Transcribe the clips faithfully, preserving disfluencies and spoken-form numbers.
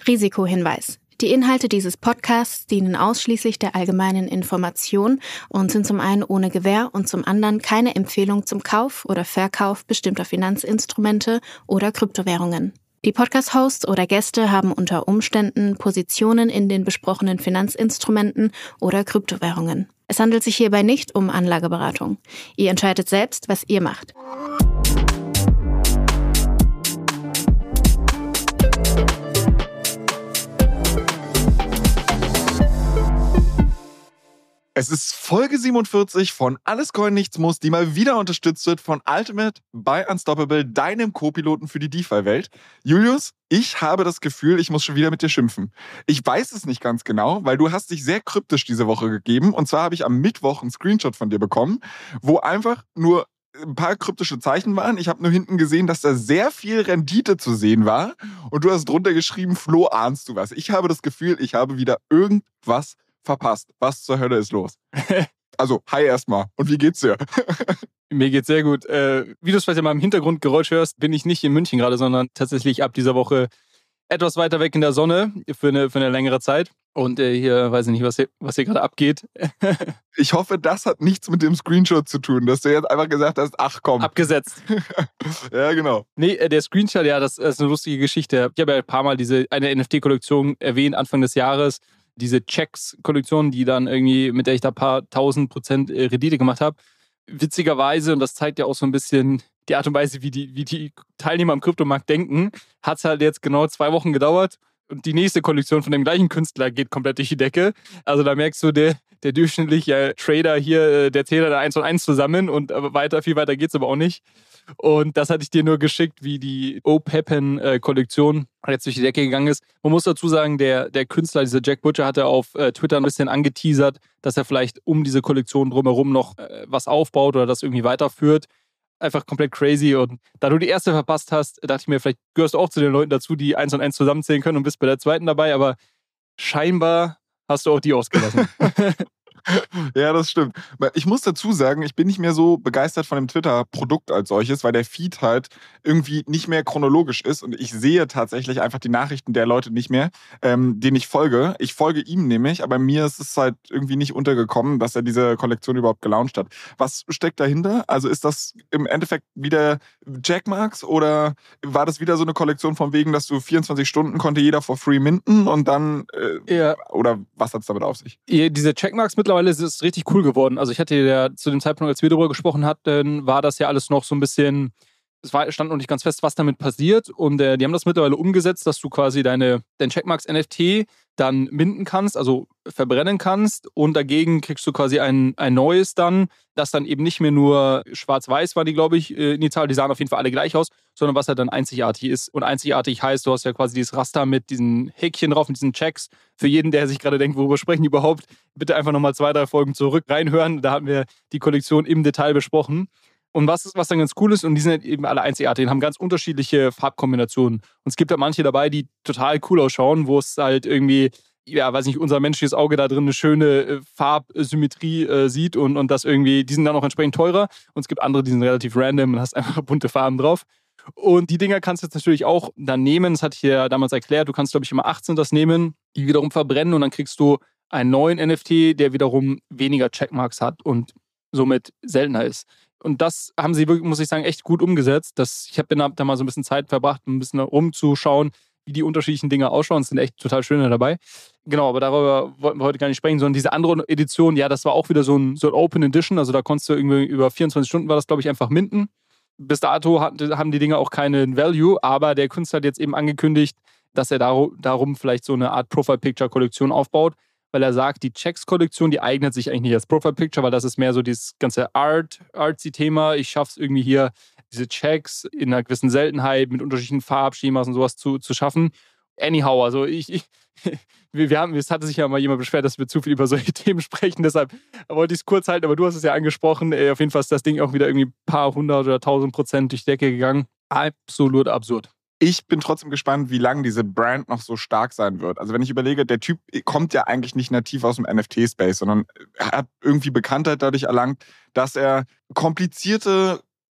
Risikohinweis. Die Inhalte dieses Podcasts dienen ausschließlich der allgemeinen Information und sind zum einen ohne Gewähr und zum anderen keine Empfehlung zum Kauf oder Verkauf bestimmter Finanzinstrumente oder Kryptowährungen. Die Podcast-Hosts oder Gäste haben unter Umständen Positionen in den besprochenen Finanzinstrumenten oder Kryptowährungen. Es handelt sich hierbei nicht um Anlageberatung. Ihr entscheidet selbst, was ihr macht. Es ist Folge siebenundvierzig von Alles Coin, Nichts Muss, die mal wieder unterstützt wird von Ultimate by Unstoppable, deinem Co-Piloten für die DeFi-Welt. Julius, ich habe das Gefühl, ich muss schon wieder mit dir schimpfen. Ich weiß es nicht ganz genau, weil du hast dich sehr kryptisch diese Woche gegeben. Und zwar habe ich am Mittwoch einen Screenshot von dir bekommen, wo einfach nur ein paar kryptische Zeichen waren. Ich habe nur hinten gesehen, dass da sehr viel Rendite zu sehen war. Und du hast drunter geschrieben, Flo, ahnst du was? Ich habe das Gefühl, ich habe wieder irgendwas verpasst. Was zur Hölle ist los? Also, hi erstmal. Und wie geht's dir? Mir geht's sehr gut. Äh, wie du es vielleicht in meinem Hintergrundgeräusch hörst, bin ich nicht in München gerade, sondern tatsächlich ab dieser Woche etwas weiter weg in der Sonne für eine, für eine längere Zeit. Und äh, hier weiß ich nicht, was hier, was hier gerade abgeht. Ich hoffe, das hat nichts mit dem Screenshot zu tun, dass du jetzt einfach gesagt hast, ach komm. Abgesetzt. Ja, genau. Nee, äh, der Screenshot, ja, das ist eine lustige Geschichte. Ich habe ja ein paar Mal diese eine N F T-Kollektion erwähnt, Anfang des Jahres. Diese Checks-Kollektion, die dann irgendwie, mit der ich da ein paar tausend Prozent Rendite gemacht habe. Witzigerweise, und das zeigt ja auch so ein bisschen die Art und Weise, wie die, wie die Teilnehmer am Kryptomarkt denken, hat es halt jetzt genau zwei Wochen gedauert und die nächste Kollektion von dem gleichen Künstler geht komplett durch die Decke. Also da merkst du, der, der durchschnittliche Trader hier, der zählt da eins und eins zusammen und weiter, viel weiter geht's aber auch nicht. Und das hatte ich dir nur geschickt, wie die O-Peppen-Kollektion jetzt durch die Decke gegangen ist. Man muss dazu sagen, der, der Künstler, dieser Jack Butcher, hatte auf äh, Twitter ein bisschen angeteasert, dass er vielleicht um diese Kollektion drumherum noch äh, was aufbaut oder das irgendwie weiterführt. Einfach komplett crazy. Und da du die erste verpasst hast, dachte ich mir, vielleicht gehörst du auch zu den Leuten dazu, die eins und eins zusammenzählen können und bist bei der zweiten dabei. Aber scheinbar hast du auch die ausgelassen. Ja, das stimmt. Ich muss dazu sagen, ich bin nicht mehr so begeistert von dem Twitter-Produkt als solches, weil der Feed halt irgendwie nicht mehr chronologisch ist und ich sehe tatsächlich einfach die Nachrichten der Leute nicht mehr, ähm, denen ich folge. Ich folge ihm nämlich, aber mir ist es halt irgendwie nicht untergekommen, dass er diese Kollektion überhaupt gelauncht hat. Was steckt dahinter? Also ist das im Endeffekt wieder Jackmarks oder war das wieder so eine Kollektion von wegen, dass du vierundzwanzig Stunden konnte jeder for free minten und dann, äh, ja. Oder was hat es damit auf sich? Ja, diese Checkmarks mittlerweile ist es richtig cool geworden. Also ich hatte ja zu dem Zeitpunkt, als wir darüber gesprochen hatten, war das ja alles noch so ein bisschen, es war, stand noch nicht ganz fest, was damit passiert. Und äh, die haben das mittlerweile umgesetzt, dass du quasi deine, dein Checkmarks-N F T dann minden kannst, also verbrennen kannst und dagegen kriegst du quasi ein, ein neues dann, das dann eben nicht mehr nur schwarz-weiß war die, glaube ich, initial, die sahen auf jeden Fall alle gleich aus, sondern was halt dann einzigartig ist. Und einzigartig heißt, du hast ja quasi dieses Raster mit diesen Häkchen drauf, mit diesen Checks. Für jeden, der sich gerade denkt, worüber sprechen die überhaupt, bitte einfach nochmal zwei, drei Folgen zurück reinhören. Da haben wir die Kollektion im Detail besprochen. Und was, ist, was dann ganz cool ist, und die sind halt eben alle einzigartig, haben ganz unterschiedliche Farbkombinationen. Und es gibt halt manche dabei, die total cool ausschauen, wo es halt irgendwie, ja, weiß nicht, unser menschliches Auge da drin eine schöne Farbsymmetrie äh, sieht und, und das irgendwie, die sind dann auch entsprechend teurer. Und es gibt andere, die sind relativ random und hast einfach bunte Farben drauf. Und die Dinger kannst du jetzt natürlich auch dann nehmen, das hatte ich ja damals erklärt, du kannst, glaube ich, immer achtzehn das nehmen, die wiederum verbrennen und dann kriegst du einen neuen N F T, der wiederum weniger Checkmarks hat und somit seltener ist. Und das haben sie wirklich, muss ich sagen, echt gut umgesetzt. Das, ich habe da mal so ein bisschen Zeit verbracht, ein bisschen rumzuschauen, wie die unterschiedlichen Dinge ausschauen. Es sind echt total schöne dabei. Genau, aber darüber wollten wir heute gar nicht sprechen, sondern diese andere Edition, ja, das war auch wieder so ein, so ein Open Edition. Also da konntest du irgendwie über vierundzwanzig Stunden, war das, glaube ich, einfach minten. Bis dato hat, haben die Dinge auch keinen Value, aber der Künstler hat jetzt eben angekündigt, dass er darum, darum vielleicht so eine Art Profile-Picture-Kollektion aufbaut, weil er sagt, die Checks-Kollektion, die eignet sich eigentlich nicht als Profile-Picture, weil das ist mehr so dieses ganze Art, Artsy-Thema. Ich schaffe es irgendwie hier, diese Checks in einer gewissen Seltenheit mit unterschiedlichen Farbschemas und sowas zu, zu schaffen. Anyhow, also ich, ich wir, wir haben, es hatte sich ja mal jemand beschwert, dass wir zu viel über solche Themen sprechen, deshalb wollte ich es kurz halten, aber du hast es ja angesprochen. Auf jeden Fall ist das Ding auch wieder irgendwie ein paar hundert oder tausend Prozent durch die Decke gegangen. Absolut absurd. Ich bin trotzdem gespannt, wie lange diese Brand noch so stark sein wird. Also wenn ich überlege, der Typ kommt ja eigentlich nicht nativ aus dem N F T-Space, sondern er hat irgendwie Bekanntheit dadurch erlangt, dass er komplizierte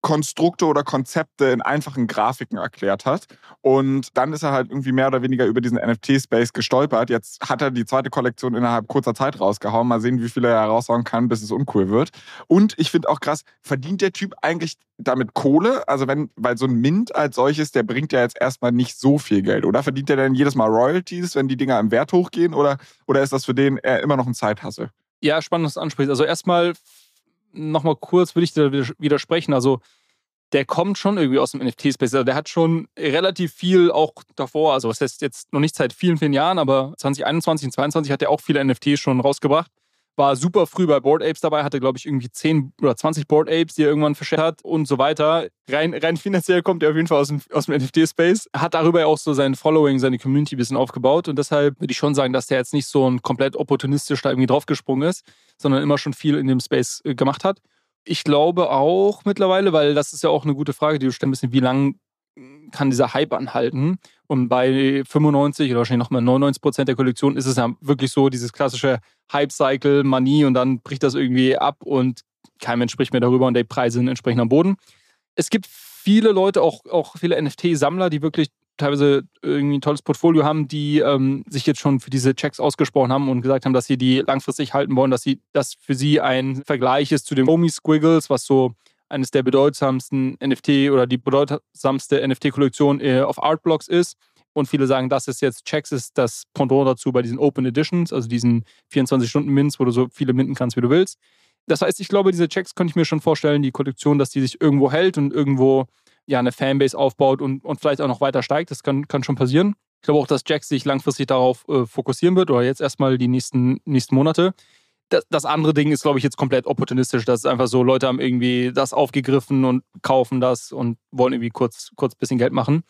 Konstrukte oder Konzepte in einfachen Grafiken erklärt hat. Und dann ist er halt irgendwie mehr oder weniger über diesen N F T-Space gestolpert. Jetzt hat er die zweite Kollektion innerhalb kurzer Zeit rausgehauen. Mal sehen, wie viel er heraushauen kann, bis es uncool wird. Und ich finde auch krass, verdient der Typ eigentlich damit Kohle? Also wenn, weil so ein Mint als solches, der bringt ja jetzt erstmal nicht so viel Geld, oder? Verdient er denn jedes Mal Royalties, wenn die Dinger im Wert hochgehen? Oder, oder ist das für den eher immer noch ein Zeithassel? Ja, spannend, dass du ansprichst. Also erstmal nochmal kurz würde ich dir widersprechen. Also der kommt schon irgendwie aus dem N F T-Space. Also der hat schon relativ viel auch davor, also das heißt jetzt noch nicht seit vielen, vielen Jahren, aber zwanzig einundzwanzig und zweiundzwanzig hat er auch viele N F Ts schon rausgebracht. War super früh bei Bored Apes dabei, hatte glaube ich irgendwie zehn oder zwanzig Bored Apes, die er irgendwann verschert hat und so weiter. Rein, rein finanziell kommt er auf jeden Fall aus dem, aus dem N F T-Space. Hat darüber ja auch so sein Following, seine Community ein bisschen aufgebaut und deshalb würde ich schon sagen, dass der jetzt nicht so ein komplett opportunistisch da irgendwie draufgesprungen ist, sondern immer schon viel in dem Space äh, gemacht hat. Ich glaube auch mittlerweile, weil das ist ja auch eine gute Frage, die du stellst, ein bisschen, wie lange kann dieser Hype anhalten? Und bei fünfundneunzig oder wahrscheinlich nochmal neunundneunzig Prozent der Kollektion ist es ja wirklich so, dieses klassische Hype-Cycle, Manie und dann bricht das irgendwie ab und kein Mensch spricht mehr darüber und die Preise sind entsprechend am Boden. Es gibt viele Leute, auch, auch viele N F T-Sammler, die wirklich teilweise irgendwie ein tolles Portfolio haben, die ähm, sich jetzt schon für diese Checks ausgesprochen haben und gesagt haben, dass sie die langfristig halten wollen, dass sie das für sie ein Vergleich ist zu den Homie Squiggles, was so eines der bedeutsamsten N F T oder die bedeutsamste N F T-Kollektion äh, auf Artblocks ist. Und viele sagen, dass es jetzt Checks ist, das Pendant dazu bei diesen Open Editions, also diesen vierundzwanzig-Stunden-Mints, wo du so viele minten kannst, wie du willst. Das heißt, ich glaube, diese Checks könnte ich mir schon vorstellen, die Kollektion, dass die sich irgendwo hält und irgendwo ja eine Fanbase aufbaut und, und vielleicht auch noch weiter steigt. Das kann, kann schon passieren. Ich glaube auch, dass Jax sich langfristig darauf äh, fokussieren wird oder jetzt erstmal die nächsten, nächsten Monate. Das, das andere Ding ist, glaube ich, jetzt komplett opportunistisch. Das ist einfach so, Leute haben irgendwie das aufgegriffen und kaufen das und wollen irgendwie kurz, kurz ein bisschen Geld machen.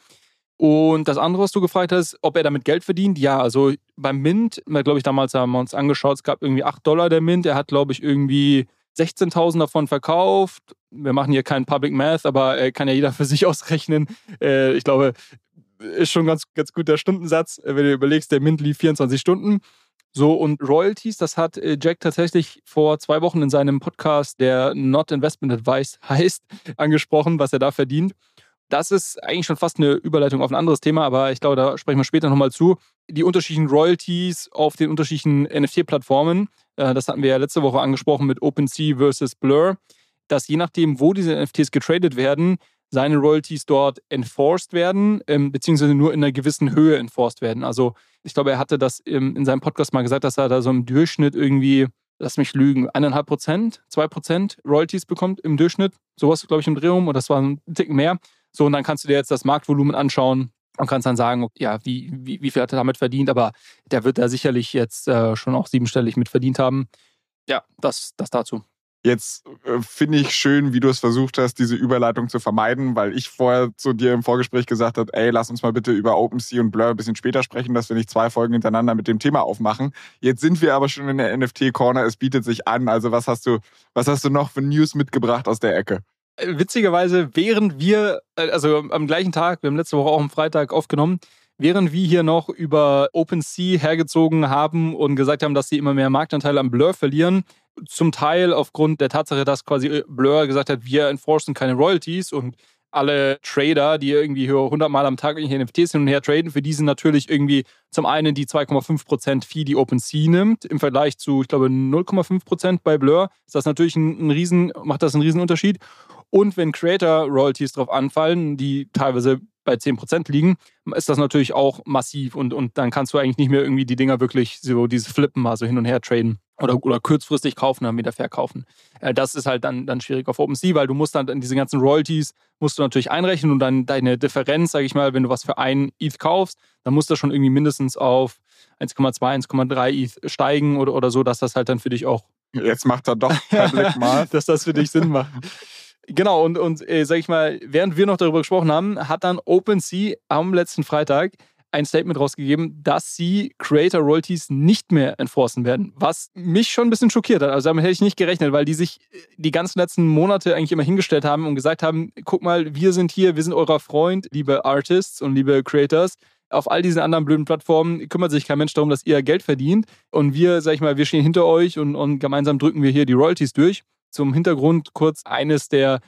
Und das andere, was du gefragt hast, ob er damit Geld verdient, ja, also beim Mint, glaube ich, damals haben wir uns angeschaut, es gab irgendwie acht Dollar der Mint, er hat, glaube ich, irgendwie sechzehntausend davon verkauft. Wir machen hier keinen Public Math, aber äh, kann ja jeder für sich ausrechnen. Äh, ich glaube, ist schon ein ganz, ganz guter Stundensatz, wenn du überlegst, der Mint lief vierundzwanzig Stunden. So, und Royalties, das hat äh, Jack tatsächlich vor zwei Wochen in seinem Podcast, der Not Investment Advice heißt, angesprochen, was er da verdient. Das ist eigentlich schon fast eine Überleitung auf ein anderes Thema, aber ich glaube, da sprechen wir später nochmal zu. Die unterschiedlichen Royalties auf den unterschiedlichen N F T-Plattformen, äh, das hatten wir ja letzte Woche angesprochen mit OpenSea versus Blur, dass je nachdem, wo diese N F Ts getradet werden, seine Royalties dort enforced werden, ähm, beziehungsweise nur in einer gewissen Höhe enforced werden. Also ich glaube, er hatte das ähm, in seinem Podcast mal gesagt, dass er da so im Durchschnitt irgendwie, lass mich lügen, eineinhalb Prozent, zwei Prozent Royalties bekommt im Durchschnitt. Sowas, glaube ich, im Dreh rum, oder das war ein Ticken mehr. So, und dann kannst du dir jetzt das Marktvolumen anschauen und kannst dann sagen, ja, wie, wie, wie viel hat er damit verdient, aber der wird da sicherlich jetzt äh, schon auch siebenstellig mit verdient haben. Ja, das, das dazu. Jetzt äh, finde ich schön, wie du es versucht hast, diese Überleitung zu vermeiden, weil ich vorher zu dir im Vorgespräch gesagt habe, ey, lass uns mal bitte über OpenSea und Blur ein bisschen später sprechen, dass wir nicht zwei Folgen hintereinander mit dem Thema aufmachen. Jetzt sind wir aber schon in der N F T-Corner, es bietet sich an. Also was hast du, was hast du noch für News mitgebracht aus der Ecke? Witzigerweise, während wir, also am gleichen Tag, wir haben letzte Woche auch am Freitag aufgenommen, während wir hier noch über OpenSea hergezogen haben und gesagt haben, dass sie immer mehr Marktanteile am Blur verlieren, zum Teil aufgrund der Tatsache, dass quasi Blur gesagt hat, wir enforcen keine Royalties und alle Trader, die irgendwie hundert Mal am Tag irgendwelche N F Ts hin und her traden, für die sind natürlich irgendwie zum einen die zwei Komma fünf Prozent Fee, die OpenSea nimmt, im Vergleich zu, ich glaube, null Komma fünf Prozent bei Blur, ist das natürlich ein, ein riesen, macht das einen riesen Unterschied. Und wenn Creator-Royalties drauf anfallen, die teilweise bei zehn Prozent liegen, ist das natürlich auch massiv und, und dann kannst du eigentlich nicht mehr irgendwie die Dinger wirklich so dieses Flippen, also hin und her traden oder, oder kurzfristig kaufen, dann wieder verkaufen. Das ist halt dann, dann schwierig auf OpenSea, weil du musst dann in diese ganzen Royalties musst du natürlich einrechnen und dann deine Differenz, sage ich mal, wenn du was für ein E T H kaufst, dann muss das schon irgendwie mindestens auf eins Komma zwei, eins Komma drei E T H steigen oder, oder so, dass das halt dann für dich auch... Jetzt macht er doch Public Math. dass das für dich Sinn macht. Genau, und, und äh, sag ich mal, während wir noch darüber gesprochen haben, hat dann OpenSea am letzten Freitag ein Statement rausgegeben, dass sie Creator-Royalties nicht mehr enforcen werden, was mich schon ein bisschen schockiert hat. Also damit hätte ich nicht gerechnet, weil die sich die ganzen letzten Monate eigentlich immer hingestellt haben und gesagt haben, guck mal, wir sind hier, wir sind euer Freund, liebe Artists und liebe Creators. Auf all diesen anderen blöden Plattformen kümmert sich kein Mensch darum, dass ihr Geld verdient. Und wir, sag ich mal, wir stehen hinter euch und, und gemeinsam drücken wir hier die Royalties durch. Zum Hintergrund kurz eines der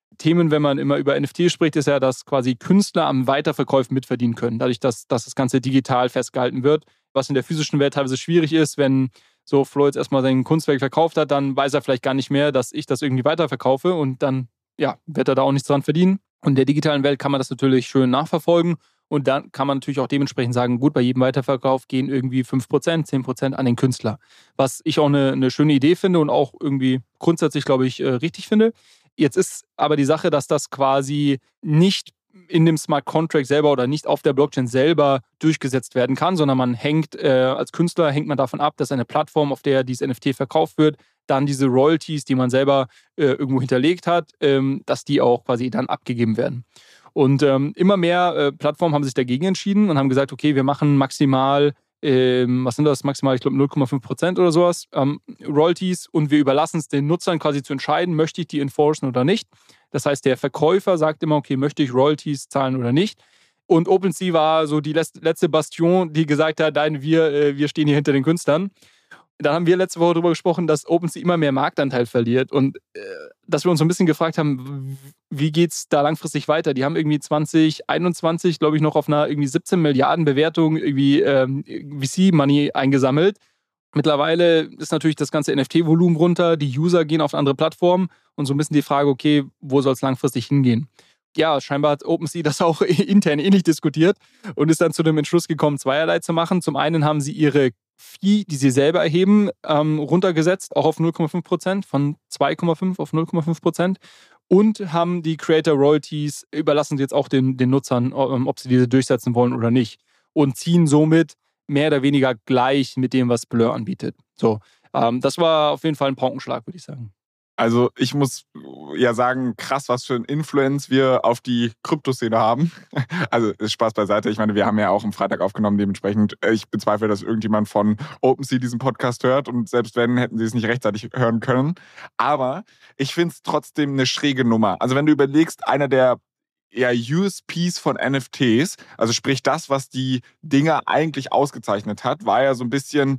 Themen, wenn man immer über N F T spricht, ist ja, dass quasi Künstler am Weiterverkauf mitverdienen können, dadurch, dass, dass das Ganze digital festgehalten wird, was in der physischen Welt teilweise schwierig ist. Wenn so Flo jetzt erstmal sein Kunstwerk verkauft hat, dann weiß er vielleicht gar nicht mehr, dass ich das irgendwie weiterverkaufe und dann ja, wird er da auch nichts dran verdienen. Und in der digitalen Welt kann man das natürlich schön nachverfolgen und dann kann man natürlich auch dementsprechend sagen, gut, bei jedem Weiterverkauf gehen irgendwie fünf Prozent, zehn Prozent an den Künstler. Was ich auch eine, eine schöne Idee finde und auch irgendwie grundsätzlich, glaube ich, richtig finde. Jetzt ist aber die Sache, dass das quasi nicht in dem Smart Contract selber oder nicht auf der Blockchain selber durchgesetzt werden kann, sondern man hängt, äh, als Künstler hängt man davon ab, dass eine Plattform, auf der dieses N F T verkauft wird, dann diese Royalties, die man selber äh, irgendwo hinterlegt hat, ähm, dass die auch quasi dann abgegeben werden. Und ähm, immer mehr äh, Plattformen haben sich dagegen entschieden und haben gesagt, okay, wir machen maximal Ähm, was sind das maximal, ich glaube null Komma fünf Prozent oder sowas, ähm, Royalties und wir überlassen es den Nutzern quasi zu entscheiden, möchte ich die enforcen oder nicht. Das heißt, der Verkäufer sagt immer, okay, möchte ich Royalties zahlen oder nicht. Und OpenSea war so die letzte Bastion, die gesagt hat, nein, wir, äh, wir stehen hier hinter den Künstlern. Dann haben wir letzte Woche darüber gesprochen, dass OpenSea immer mehr Marktanteil verliert und äh, dass wir uns so ein bisschen gefragt haben, wie geht es da langfristig weiter? Die haben irgendwie zwanzig einundzwanzig, glaube ich, noch auf einer irgendwie siebzehn Milliarden Bewertung irgendwie ähm, V C-Money eingesammelt. Mittlerweile ist natürlich das ganze N F T-Volumen runter, die User gehen auf eine andere Plattform und so ein bisschen die Frage, okay, wo soll es langfristig hingehen? Ja, scheinbar hat OpenSea das auch intern ähnlich diskutiert und ist dann zu dem Entschluss gekommen, zweierlei zu machen. Zum einen haben sie ihre Fee, die sie selber erheben, ähm, runtergesetzt, auch auf null Komma fünf Prozent, von zwei Komma fünf auf null Komma fünf Prozent und haben die Creator Royalties, überlassen sie jetzt auch den, den Nutzern, ähm, ob sie diese durchsetzen wollen oder nicht und ziehen somit mehr oder weniger gleich mit dem, was Blur anbietet. So, ähm, das war auf jeden Fall ein Paukenschlag, würde ich sagen. Also ich muss ja sagen, krass, was für ein Influence wir auf die Kryptoszene haben. Also ist Spaß beiseite. Ich meine, wir haben ja auch am Freitag aufgenommen, dementsprechend. Ich bezweifle, dass irgendjemand von OpenSea diesen Podcast hört und selbst wenn, hätten sie es nicht rechtzeitig hören können. Aber ich finde es trotzdem eine schräge Nummer. Also wenn du überlegst, einer der ja, U S Ps von N F Ts, also sprich das, was die Dinger eigentlich ausgezeichnet hat, war ja so ein bisschen,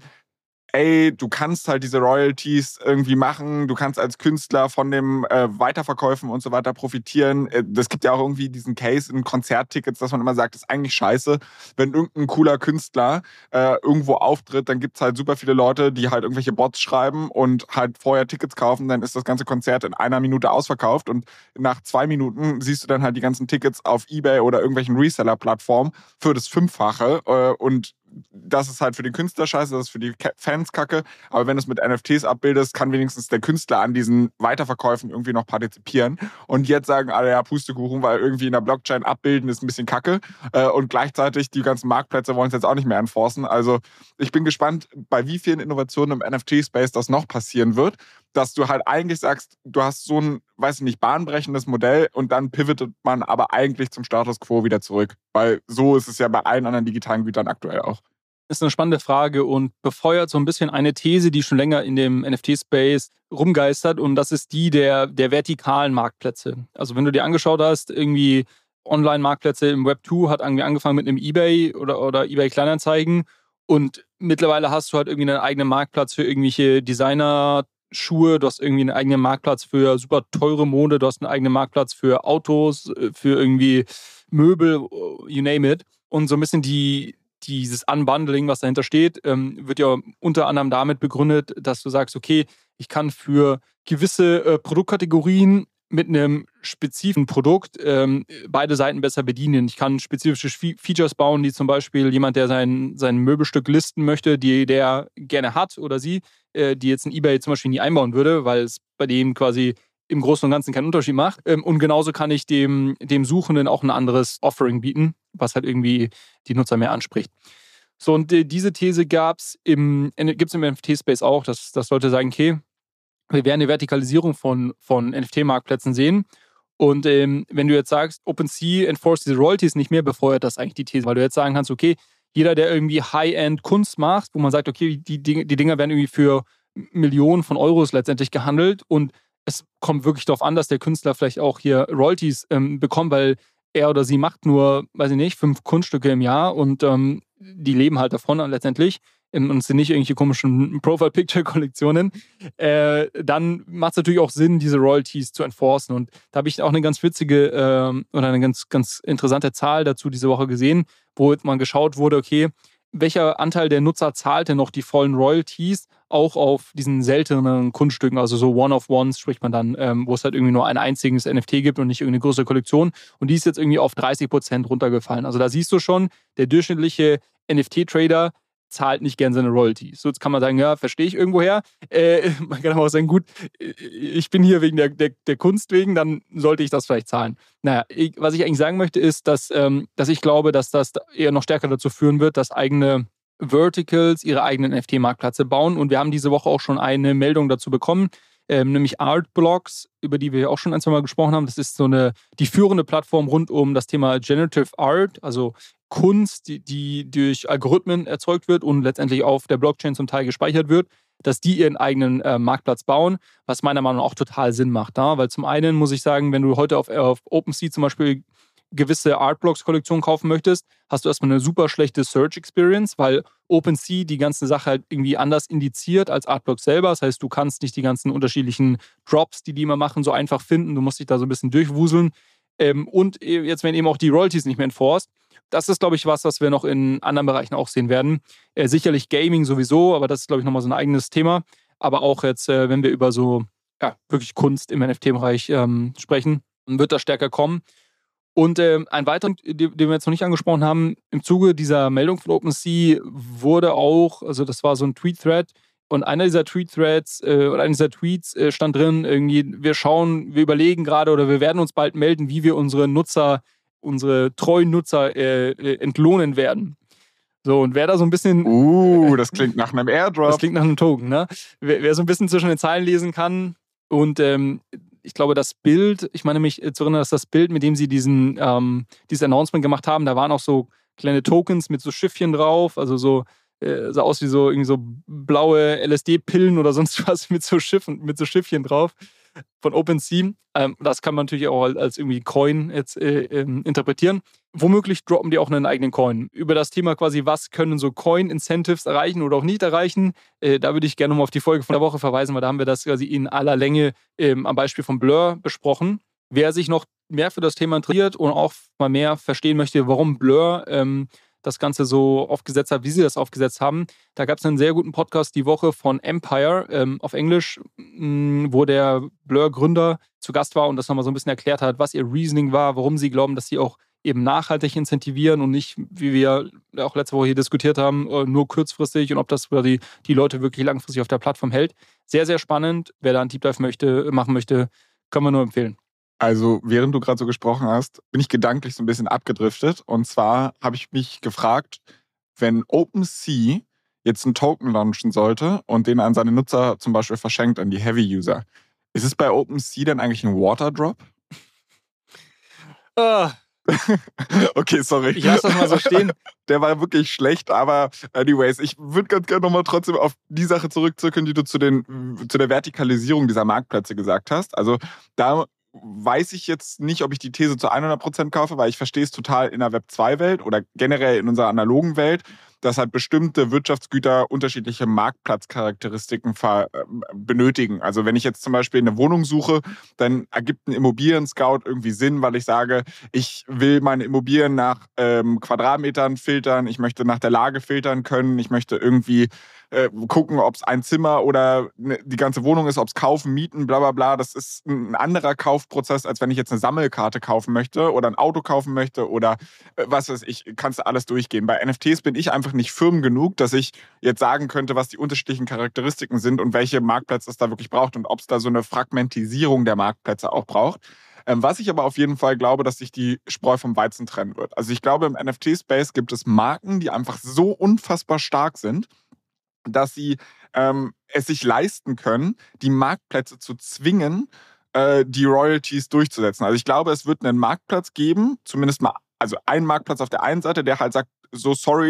ey, du kannst halt diese Royalties irgendwie machen, du kannst als Künstler von dem äh, Weiterverkäufen und so weiter profitieren. Das gibt ja auch irgendwie diesen Case in Konzerttickets, dass man immer sagt, das ist eigentlich scheiße. Wenn irgendein cooler Künstler äh, irgendwo auftritt, dann gibt es halt super viele Leute, die halt irgendwelche Bots schreiben und halt vorher Tickets kaufen, dann ist das ganze Konzert in einer Minute ausverkauft und nach zwei Minuten siehst du dann halt die ganzen Tickets auf eBay oder irgendwelchen Reseller-Plattformen für das Fünffache äh, und das ist halt für den Künstler scheiße, das ist für die Fans kacke. Aber wenn du es mit N F Ts abbildest, kann wenigstens der Künstler an diesen Weiterverkäufen irgendwie noch partizipieren. Und jetzt sagen alle, ja, Pustekuchen, weil irgendwie in der Blockchain abbilden ist ein bisschen kacke. Und gleichzeitig die ganzen Marktplätze wollen es jetzt auch nicht mehr enforcen. Also ich bin gespannt, bei wie vielen Innovationen im N F T-Space das noch passieren wird, dass du halt eigentlich sagst, du hast so ein, weiß ich nicht, bahnbrechendes Modell und dann pivotet man aber eigentlich zum Status Quo wieder zurück. Weil so ist es ja bei allen anderen digitalen Gütern aktuell auch. Das ist eine spannende Frage und befeuert so ein bisschen eine These, die schon länger in dem N F T-Space rumgeistert und das ist die der, der vertikalen Marktplätze. Also wenn du dir angeschaut hast, irgendwie Online-Marktplätze im Web zwei hat irgendwie angefangen mit einem eBay oder, oder eBay Kleinanzeigen und mittlerweile hast du halt irgendwie einen eigenen Marktplatz für irgendwelche Designer-Schuhe, du hast irgendwie einen eigenen Marktplatz für super teure Mode, du hast einen eigenen Marktplatz für Autos, für irgendwie Möbel, you name it. Und so ein bisschen die dieses Unbundling, was dahinter steht, ähm, wird ja unter anderem damit begründet, dass du sagst, okay, ich kann für gewisse äh, Produktkategorien mit einem spezifischen Produkt ähm, beide Seiten besser bedienen. Ich kann spezifische Features bauen, die zum Beispiel jemand, der sein, sein Möbelstück listen möchte, die der gerne hat oder sie, äh, die jetzt ein eBay zum Beispiel nie einbauen würde, weil es bei dem quasi im Großen und Ganzen keinen Unterschied macht. Ähm, und genauso kann ich dem, dem Suchenden auch ein anderes Offering bieten, was halt irgendwie die Nutzer mehr anspricht. So, und äh, diese These gab's im, gibt es im N F T-Space auch, dass, dass Leute sagen, okay, wir werden eine Vertikalisierung von, von N F T-Marktplätzen sehen. Und ähm, wenn du jetzt sagst, OpenSea enforced diese Royalties nicht mehr, befeuert das eigentlich die These, weil du jetzt sagen kannst, okay, jeder, der irgendwie High-End Kunst macht, wo man sagt, okay, die, die, die Dinger werden irgendwie für Millionen von Euros letztendlich gehandelt und es kommt wirklich darauf an, dass der Künstler vielleicht auch hier Royalties ähm, bekommt, weil er oder sie macht nur, weiß ich nicht, fünf Kunststücke im Jahr und ähm, die leben halt davon letztendlich und es sind nicht irgendwelche komischen Profile-Picture-Kollektionen, äh, dann macht es natürlich auch Sinn, diese Royalties zu enforcen. Und da habe ich auch eine ganz witzige äh, oder eine ganz, ganz interessante Zahl dazu diese Woche gesehen, wo man geschaut wurde, okay, welcher Anteil der Nutzer zahlt denn noch die vollen Royalties auch auf diesen seltenen Kunststücken, also so One-of-Ones spricht man dann, ähm, wo es halt irgendwie nur ein einziges N F T gibt und nicht irgendeine größere Kollektion. Und die ist jetzt irgendwie auf dreißig Prozent runtergefallen. Also da siehst du schon, der durchschnittliche N F T-Trader zahlt nicht gern seine Royalties. So, jetzt kann man sagen, ja, verstehe ich irgendwoher. Äh, man kann aber auch sagen, gut, ich bin hier wegen der, der, der Kunst wegen, dann sollte ich das vielleicht zahlen. Naja, ich, was ich eigentlich sagen möchte, ist, dass, ähm, dass ich glaube, dass das eher noch stärker dazu führen wird, dass eigene Verticals ihre eigenen N F T-Marktplätze bauen. Und wir haben diese Woche auch schon eine Meldung dazu bekommen, ähm, nämlich Artblocks, über die wir auch schon ein, zwei Mal gesprochen haben. Das ist so eine, die führende Plattform rund um das Thema Generative Art, also Kunst, die, die durch Algorithmen erzeugt wird und letztendlich auf der Blockchain zum Teil gespeichert wird, dass die ihren eigenen äh, Marktplatz bauen, was meiner Meinung nach auch total Sinn macht. Ja? Weil zum einen muss ich sagen, wenn du heute auf, auf OpenSea zum Beispiel gewisse Artblocks-Kollektionen kaufen möchtest, hast du erstmal eine super schlechte Search-Experience, weil OpenSea die ganze Sache halt irgendwie anders indiziert als Artblocks selber. Das heißt, du kannst nicht die ganzen unterschiedlichen Drops, die die immer machen, so einfach finden. Du musst dich da so ein bisschen durchwuseln. Ähm, und jetzt werden eben auch die Royalties nicht mehr enforced. Das ist, glaube ich, was, was wir noch in anderen Bereichen auch sehen werden. Äh, sicherlich Gaming sowieso, aber das ist, glaube ich, nochmal so ein eigenes Thema. Aber auch jetzt, äh, wenn wir über so ja, wirklich Kunst im N F T-Bereich ähm, sprechen, wird das stärker kommen. Und äh, ein weiterer, den wir jetzt noch nicht angesprochen haben, im Zuge dieser Meldung von OpenSea wurde auch, also das war so ein Tweet-Thread, und einer dieser Tweet-Threads äh, oder einer dieser Tweets äh, stand drin, irgendwie, wir schauen, wir überlegen gerade oder wir werden uns bald melden, wie wir unsere Nutzer, unsere treuen Nutzer äh, äh, entlohnen werden. So, und wer da so ein bisschen... Uh, das klingt nach einem Airdrop. Das klingt nach einem Token, ne? Wer, wer so ein bisschen zwischen den Zeilen lesen kann und ähm, ich glaube, das Bild, ich meine mich zu erinnern, dass das Bild, mit dem sie diesen, ähm, dieses Announcement gemacht haben, da waren auch so kleine Tokens mit so Schiffchen drauf, also so, äh, sah aus wie so irgendwie so blaue L S D-Pillen oder sonst was mit so Schiffen, mit so Schiffchen drauf von OpenSea. Ähm, das kann man natürlich auch als, als irgendwie Coin jetzt äh, ähm, interpretieren. Womöglich droppen die auch einen eigenen Coin. Über das Thema quasi, was können so Coin-Incentives erreichen oder auch nicht erreichen, äh, da würde ich gerne nochmal auf die Folge von der Woche verweisen, weil da haben wir das quasi in aller Länge ähm, am Beispiel von Blur besprochen. Wer sich noch mehr für das Thema interessiert und auch mal mehr verstehen möchte, warum Blur ähm, das Ganze so aufgesetzt hat, wie sie das aufgesetzt haben, da gab es einen sehr guten Podcast die Woche von Empire ähm, auf Englisch, mh, wo der Blur-Gründer zu Gast war und das nochmal so ein bisschen erklärt hat, was ihr Reasoning war, warum sie glauben, dass sie auch eben nachhaltig incentivieren und nicht, wie wir auch letzte Woche hier diskutiert haben, nur kurzfristig und ob das die, die Leute wirklich langfristig auf der Plattform hält. Sehr, sehr spannend. Wer da einen Deep Dive möchte, machen möchte, können wir nur empfehlen. Also, während du gerade so gesprochen hast, bin ich gedanklich so ein bisschen abgedriftet. Und zwar habe ich mich gefragt, wenn OpenSea jetzt einen Token launchen sollte und den an seine Nutzer zum Beispiel verschenkt, an die Heavy-User, ist es bei OpenSea dann eigentlich ein Waterdrop? Ah. Okay, sorry. Ich lasse das mal so stehen. Der war wirklich schlecht, aber anyways, ich würde ganz gerne nochmal trotzdem auf die Sache zurückzirkeln, die du zu, den, zu der Vertikalisierung dieser Marktplätze gesagt hast. Also da weiß ich jetzt nicht, ob ich die These zu hundert Prozent kaufe, weil ich verstehe es total in der Web zwei Welt oder generell in unserer analogen Welt, dass halt bestimmte Wirtschaftsgüter unterschiedliche Marktplatzcharakteristiken ver- benötigen. Also wenn ich jetzt zum Beispiel eine Wohnung suche, dann ergibt ein Immobilien-Scout irgendwie Sinn, weil ich sage, ich will meine Immobilien nach ähm, Quadratmetern filtern, ich möchte nach der Lage filtern können, ich möchte irgendwie äh, gucken, ob es ein Zimmer oder ne, die ganze Wohnung ist, ob es kaufen, mieten, bla bla bla. Das ist ein anderer Kaufprozess, als wenn ich jetzt eine Sammelkarte kaufen möchte oder ein Auto kaufen möchte oder äh, was weiß ich, kannst du alles durchgehen. Bei N F Ts bin ich einfach nicht firm genug, dass ich jetzt sagen könnte, was die unterschiedlichen Charakteristiken sind und welche Marktplätze es da wirklich braucht und ob es da so eine Fragmentisierung der Marktplätze auch braucht. Ähm, was ich aber auf jeden Fall glaube, dass sich die Spreu vom Weizen trennen wird. Also ich glaube, im N F T-Space gibt es Marken, die einfach so unfassbar stark sind, dass sie ähm, es sich leisten können, die Marktplätze zu zwingen, äh, die Royalties durchzusetzen. Also ich glaube, es wird einen Marktplatz geben, zumindest mal, also einen Marktplatz auf der einen Seite, der halt sagt, so sorry,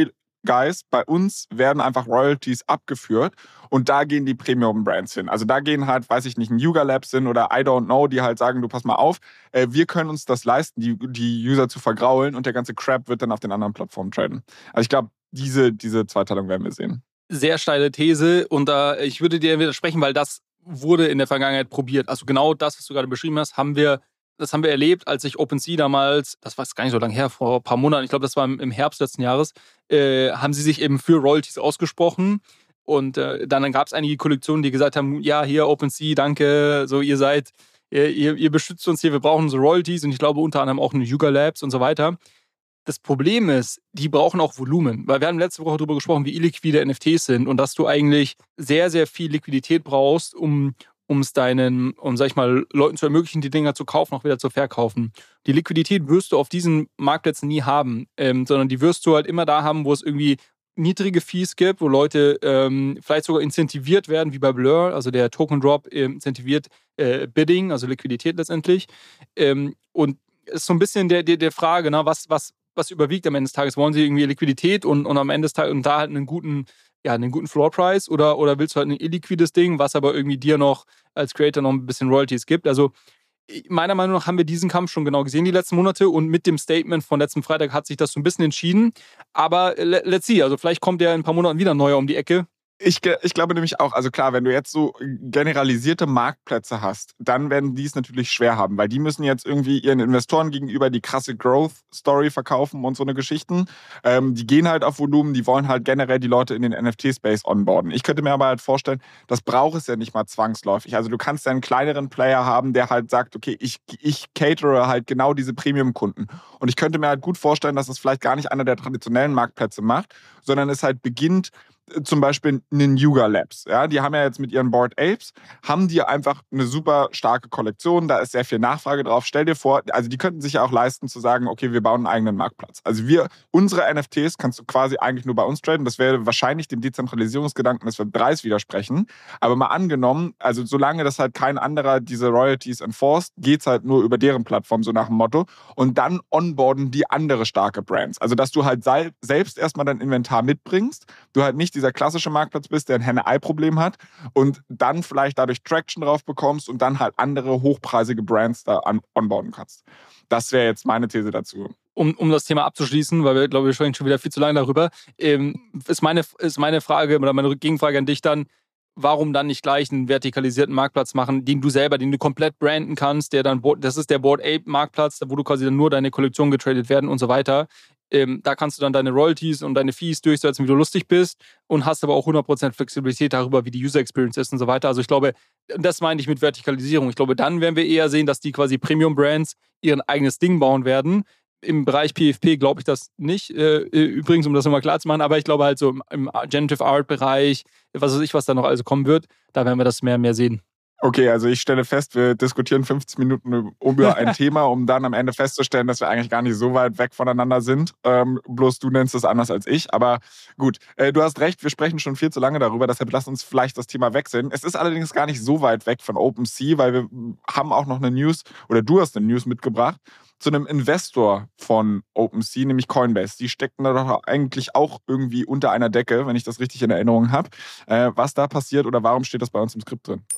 Guys, bei uns werden einfach Royalties abgeführt und da gehen die Premium-Brands hin. Also da gehen halt, weiß ich nicht, ein Yuga Labs hin oder I don't know, die halt sagen, du pass mal auf, äh, wir können uns das leisten, die, die User zu vergraulen und der ganze Crap wird dann auf den anderen Plattformen traden. Also ich glaube, diese, diese Zweiteilung werden wir sehen. Sehr steile These und äh, ich würde dir widersprechen, weil das wurde in der Vergangenheit probiert. Also genau das, was du gerade beschrieben hast, haben wir Das haben wir erlebt, als sich OpenSea damals, das war gar nicht so lange her, vor ein paar Monaten, ich glaube, das war im Herbst letzten Jahres, äh, haben sie sich eben für Royalties ausgesprochen. Und äh, dann gab es einige Kollektionen, die gesagt haben, ja, hier OpenSea, danke, so ihr seid, ihr, ihr beschützt uns hier, wir brauchen unsere Royalties und ich glaube unter anderem auch eine Yuga Labs und so weiter. Das Problem ist, die brauchen auch Volumen, weil wir haben letzte Woche darüber gesprochen, wie illiquide N F Ts sind und dass du eigentlich sehr, sehr viel Liquidität brauchst, um um es deinen, um, sag ich mal, Leuten zu ermöglichen, die Dinger zu kaufen, auch wieder zu verkaufen. Die Liquidität wirst du auf diesen Marktplätzen nie haben, ähm, sondern die wirst du halt immer da haben, wo es irgendwie niedrige Fees gibt, wo Leute ähm, vielleicht sogar incentiviert werden, wie bei Blur, also der Token Drop äh, incentiviert äh, Bidding, also Liquidität letztendlich. Ähm, und es ist so ein bisschen der, der, der Frage, na, was, was, was überwiegt am Ende des Tages? Wollen sie irgendwie Liquidität und, und am Ende des Tages und da halt einen guten ja, einen guten Floor-Price oder, oder willst du halt ein illiquides Ding, was aber irgendwie dir noch als Creator noch ein bisschen Royalties gibt? Also meiner Meinung nach haben wir diesen Kampf schon genau gesehen die letzten Monate und mit dem Statement von letzten Freitag hat sich das so ein bisschen entschieden. Aber let's see, also vielleicht kommt ja in ein paar Monaten wieder ein neuer um die Ecke. Ich, ich glaube nämlich auch, also klar, wenn du jetzt so generalisierte Marktplätze hast, dann werden die es natürlich schwer haben, weil die müssen jetzt irgendwie ihren Investoren gegenüber die krasse Growth-Story verkaufen und so eine Geschichten. Ähm, die gehen halt auf Volumen, die wollen halt generell die Leute in den N F T-Space onboarden. Ich könnte mir aber halt vorstellen, das braucht es ja nicht mal zwangsläufig. Also du kannst ja einen kleineren Player haben, der halt sagt, okay, ich, ich catere halt genau diese Premium-Kunden. Und ich könnte mir halt gut vorstellen, dass es vielleicht gar nicht einer der traditionellen Marktplätze macht, sondern es halt beginnt, zum Beispiel einen Yuga Labs. Ja, die haben ja jetzt mit ihren Bored Apes, haben die einfach eine super starke Kollektion, da ist sehr viel Nachfrage drauf. Stell dir vor, also die könnten sich ja auch leisten zu sagen, okay, wir bauen einen eigenen Marktplatz. Also wir, unsere N F Ts kannst du quasi eigentlich nur bei uns traden. Das wäre wahrscheinlich dem Dezentralisierungsgedanken des Web drei widersprechen. Aber mal angenommen, also solange das halt kein anderer diese Royalties enforced, geht's halt nur über deren Plattform, so nach dem Motto. Und dann onboarden die andere starke Brands. Also dass du halt selbst erstmal dein Inventar mitbringst, du halt nicht dieser klassische Marktplatz bist, der ein Henne-Ei-Problem hat und dann vielleicht dadurch Traction drauf bekommst und dann halt andere hochpreisige Brands da an, onboarden kannst. Das wäre jetzt meine These dazu. Um, um das Thema abzuschließen, weil wir, glaube ich, sprechen schon wieder viel zu lange darüber, ähm, ist, meine, ist meine Frage oder meine Gegenfrage an dich dann, warum dann nicht gleich einen vertikalisierten Marktplatz machen, den du selber, den du komplett branden kannst, der dann, das ist der Bored Ape Marktplatz, wo du quasi dann nur deine Kollektion getradet werden und so weiter. Ähm, da kannst du dann deine Royalties und deine Fees durchsetzen, wie du lustig bist und hast aber auch hundert Prozent Flexibilität darüber, wie die User Experience ist und so weiter. Also ich glaube, das meine ich mit Vertikalisierung. Ich glaube, dann werden wir eher sehen, dass die quasi Premium-Brands ihren eigenes Ding bauen werden. Im Bereich P F P glaube ich das nicht, äh, übrigens, um das nochmal klar zu machen, aber ich glaube halt so im, im Generative Art-Bereich, was weiß ich, was da noch also kommen wird, da werden wir das mehr und mehr sehen. Okay, also ich stelle fest, wir diskutieren fünfzehn Minuten über ein Thema, um dann am Ende festzustellen, dass wir eigentlich gar nicht so weit weg voneinander sind. Ähm, bloß du nennst es anders als ich. Aber gut, äh, du hast recht, wir sprechen schon viel zu lange darüber, deshalb lass uns vielleicht das Thema wechseln. Es ist allerdings gar nicht so weit weg von OpenSea, weil wir haben auch noch eine News, oder du hast eine News mitgebracht, zu einem Investor von OpenSea, nämlich Coinbase. Die steckten da doch eigentlich auch irgendwie unter einer Decke, wenn ich das richtig in Erinnerung habe. Äh, was da passiert oder warum steht das bei uns im Skript drin?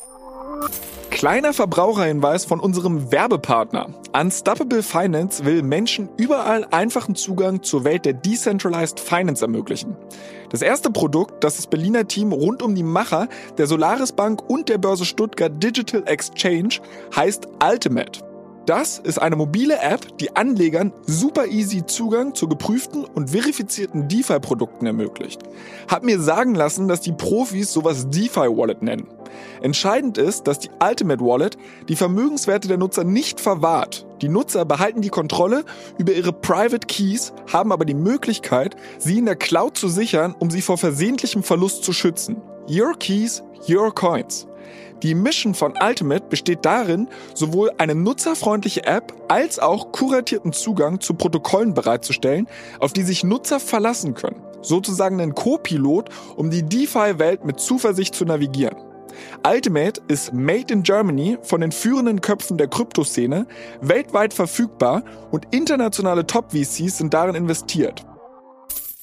Kleiner Verbraucherhinweis von unserem Werbepartner. Unstoppable Finance will Menschen überall einfachen Zugang zur Welt der Decentralized Finance ermöglichen. Das erste Produkt, das das Berliner Team rund um die Macher der Solaris Bank und der Börse Stuttgart Digital Exchange heißt Ultimate. Das ist eine mobile App, die Anlegern super easy Zugang zu geprüften und verifizierten DeFi-Produkten ermöglicht. Hab mir sagen lassen, dass die Profis sowas DeFi-Wallet nennen. Entscheidend ist, dass die Ultimate Wallet die Vermögenswerte der Nutzer nicht verwahrt. Die Nutzer behalten die Kontrolle über ihre Private Keys, haben aber die Möglichkeit, sie in der Cloud zu sichern, um sie vor versehentlichem Verlust zu schützen. Your Keys, Your Coins. Die Mission von Ultimate besteht darin, sowohl eine nutzerfreundliche App als auch kuratierten Zugang zu Protokollen bereitzustellen, auf die sich Nutzer verlassen können. Sozusagen ein Co-Pilot, um die DeFi-Welt mit Zuversicht zu navigieren. Ultimate ist made in Germany von den führenden Köpfen der Kryptoszene, weltweit verfügbar und internationale Top-V Cs sind darin investiert.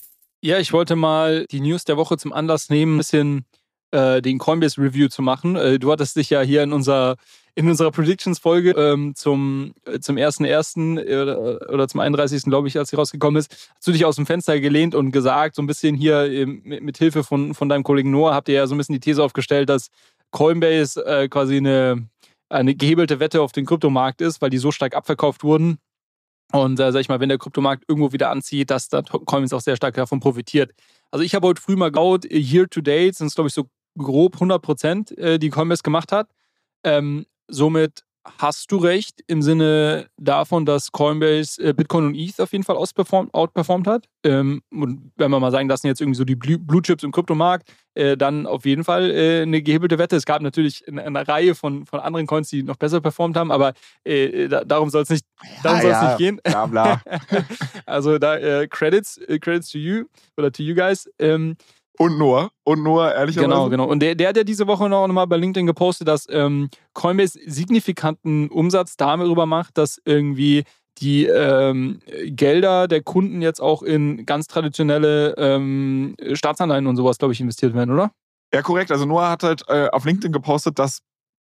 Ja, ich wollte mal die News der Woche zum Anlass nehmen, ein bisschen äh, den Coinbase-Review zu machen. Äh, du hattest dich ja hier in unserer, in unserer Predictions-Folge ähm, zum, äh, zum ersten ersten Oder, oder zum einunddreißigsten glaube ich, als sie rausgekommen ist, hast du dich aus dem Fenster gelehnt und gesagt, so ein bisschen hier äh, mit, mit Hilfe von, von deinem Kollegen Noah habt ihr ja so ein bisschen die These aufgestellt, dass Coinbase äh, quasi eine, eine gehebelte Wette auf den Kryptomarkt ist, weil die so stark abverkauft wurden. Und äh, sag ich mal, wenn der Kryptomarkt irgendwo wieder anzieht, dass da Coinbase auch sehr stark davon profitiert. Also ich habe heute früh mal geschaut, year to date sind es, glaube ich, so grob hundert Prozent, äh, die Coinbase gemacht hat. Ähm, somit hast du recht im Sinne davon, dass Coinbase äh, Bitcoin und E T H auf jeden Fall outperformt, outperformt hat. Ähm, und wenn wir mal sagen, das sind jetzt irgendwie so die Blue Chips im Kryptomarkt, äh, dann auf jeden Fall äh, eine gehebelte Wette. Es gab natürlich eine, eine Reihe von, von anderen Coins, die noch besser performt haben, aber äh, da, darum soll es nicht, darum Ja, soll's ja, nicht gehen. Bla, bla. Also da äh, Credits, äh, Credits to you oder to you guys. Ähm, Und Noah. Und Noah, ehrlicherweise. Genau, genau. Und der, der hat ja diese Woche noch mal bei LinkedIn gepostet, dass ähm, Coinbase signifikanten Umsatz darüber macht, dass irgendwie die ähm, Gelder der Kunden jetzt auch in ganz traditionelle ähm, Staatsanleihen und sowas, glaube ich, investiert werden, oder? Ja, korrekt. Also Noah hat halt äh, auf LinkedIn gepostet, dass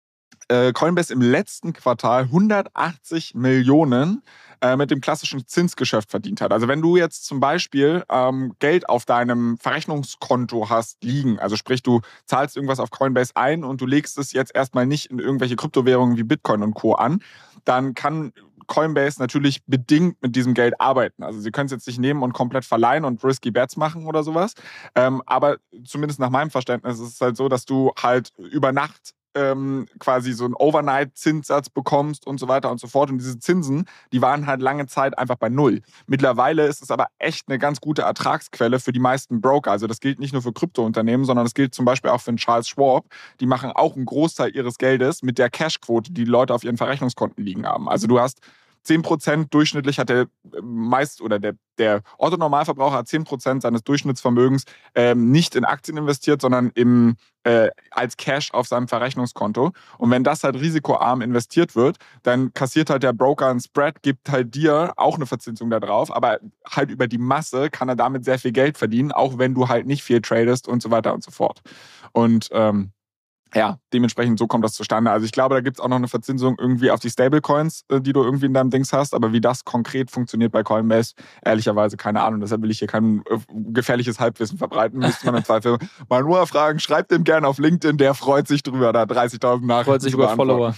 äh, Coinbase im letzten Quartal hundertachtzig Millionen äh, mit dem klassischen Zinsgeschäft verdient hat. Also wenn du jetzt zum Beispiel ähm, Geld auf deinem Verrechnungskonto hast liegen, also sprich du zahlst irgendwas auf Coinbase ein und du legst es jetzt erstmal nicht in irgendwelche Kryptowährungen wie Bitcoin und Co. an, dann kann Coinbase natürlich bedingt mit diesem Geld arbeiten. Also sie können es jetzt nicht nehmen und komplett verleihen und risky bets machen oder sowas. Ähm, aber zumindest nach meinem Verständnis ist es halt so, dass du halt über Nacht ähm, quasi so einen Overnight-Zinssatz bekommst und so weiter und so fort. Und diese Zinsen, die waren halt lange Zeit einfach bei Null. Mittlerweile ist es aber echt eine ganz gute Ertragsquelle für die meisten Broker. Also das gilt nicht nur für Kryptounternehmen, sondern das gilt zum Beispiel auch für den Charles Schwab. Die machen auch einen Großteil ihres Geldes mit der Cashquote, die die Leute auf ihren Verrechnungskonten liegen haben. Also du hast zehn Prozent durchschnittlich hat der meist oder der, der Otto-Normalverbraucher hat zehn Prozent seines Durchschnittsvermögens ähm, nicht in Aktien investiert, sondern im, äh, als Cash auf seinem Verrechnungskonto. Und wenn das halt risikoarm investiert wird, dann kassiert halt der Broker einen Spread, gibt halt dir auch eine Verzinsung da drauf, aber halt über die Masse kann er damit sehr viel Geld verdienen, auch wenn du halt nicht viel tradest und so weiter und so fort. Und ähm, ja, dementsprechend so kommt das zustande. Also ich glaube, da gibt es auch noch eine Verzinsung irgendwie auf die Stablecoins, die du irgendwie in deinem Dings hast. Aber wie das konkret funktioniert bei Coinbase, ehrlicherweise keine Ahnung. Deshalb will ich hier kein gefährliches Halbwissen verbreiten. Müsste man im Zweifel mal nur fragen. Schreibt dem gerne auf LinkedIn, der freut sich drüber. Da dreißigtausend Nachrichten. Freut sich über Follower.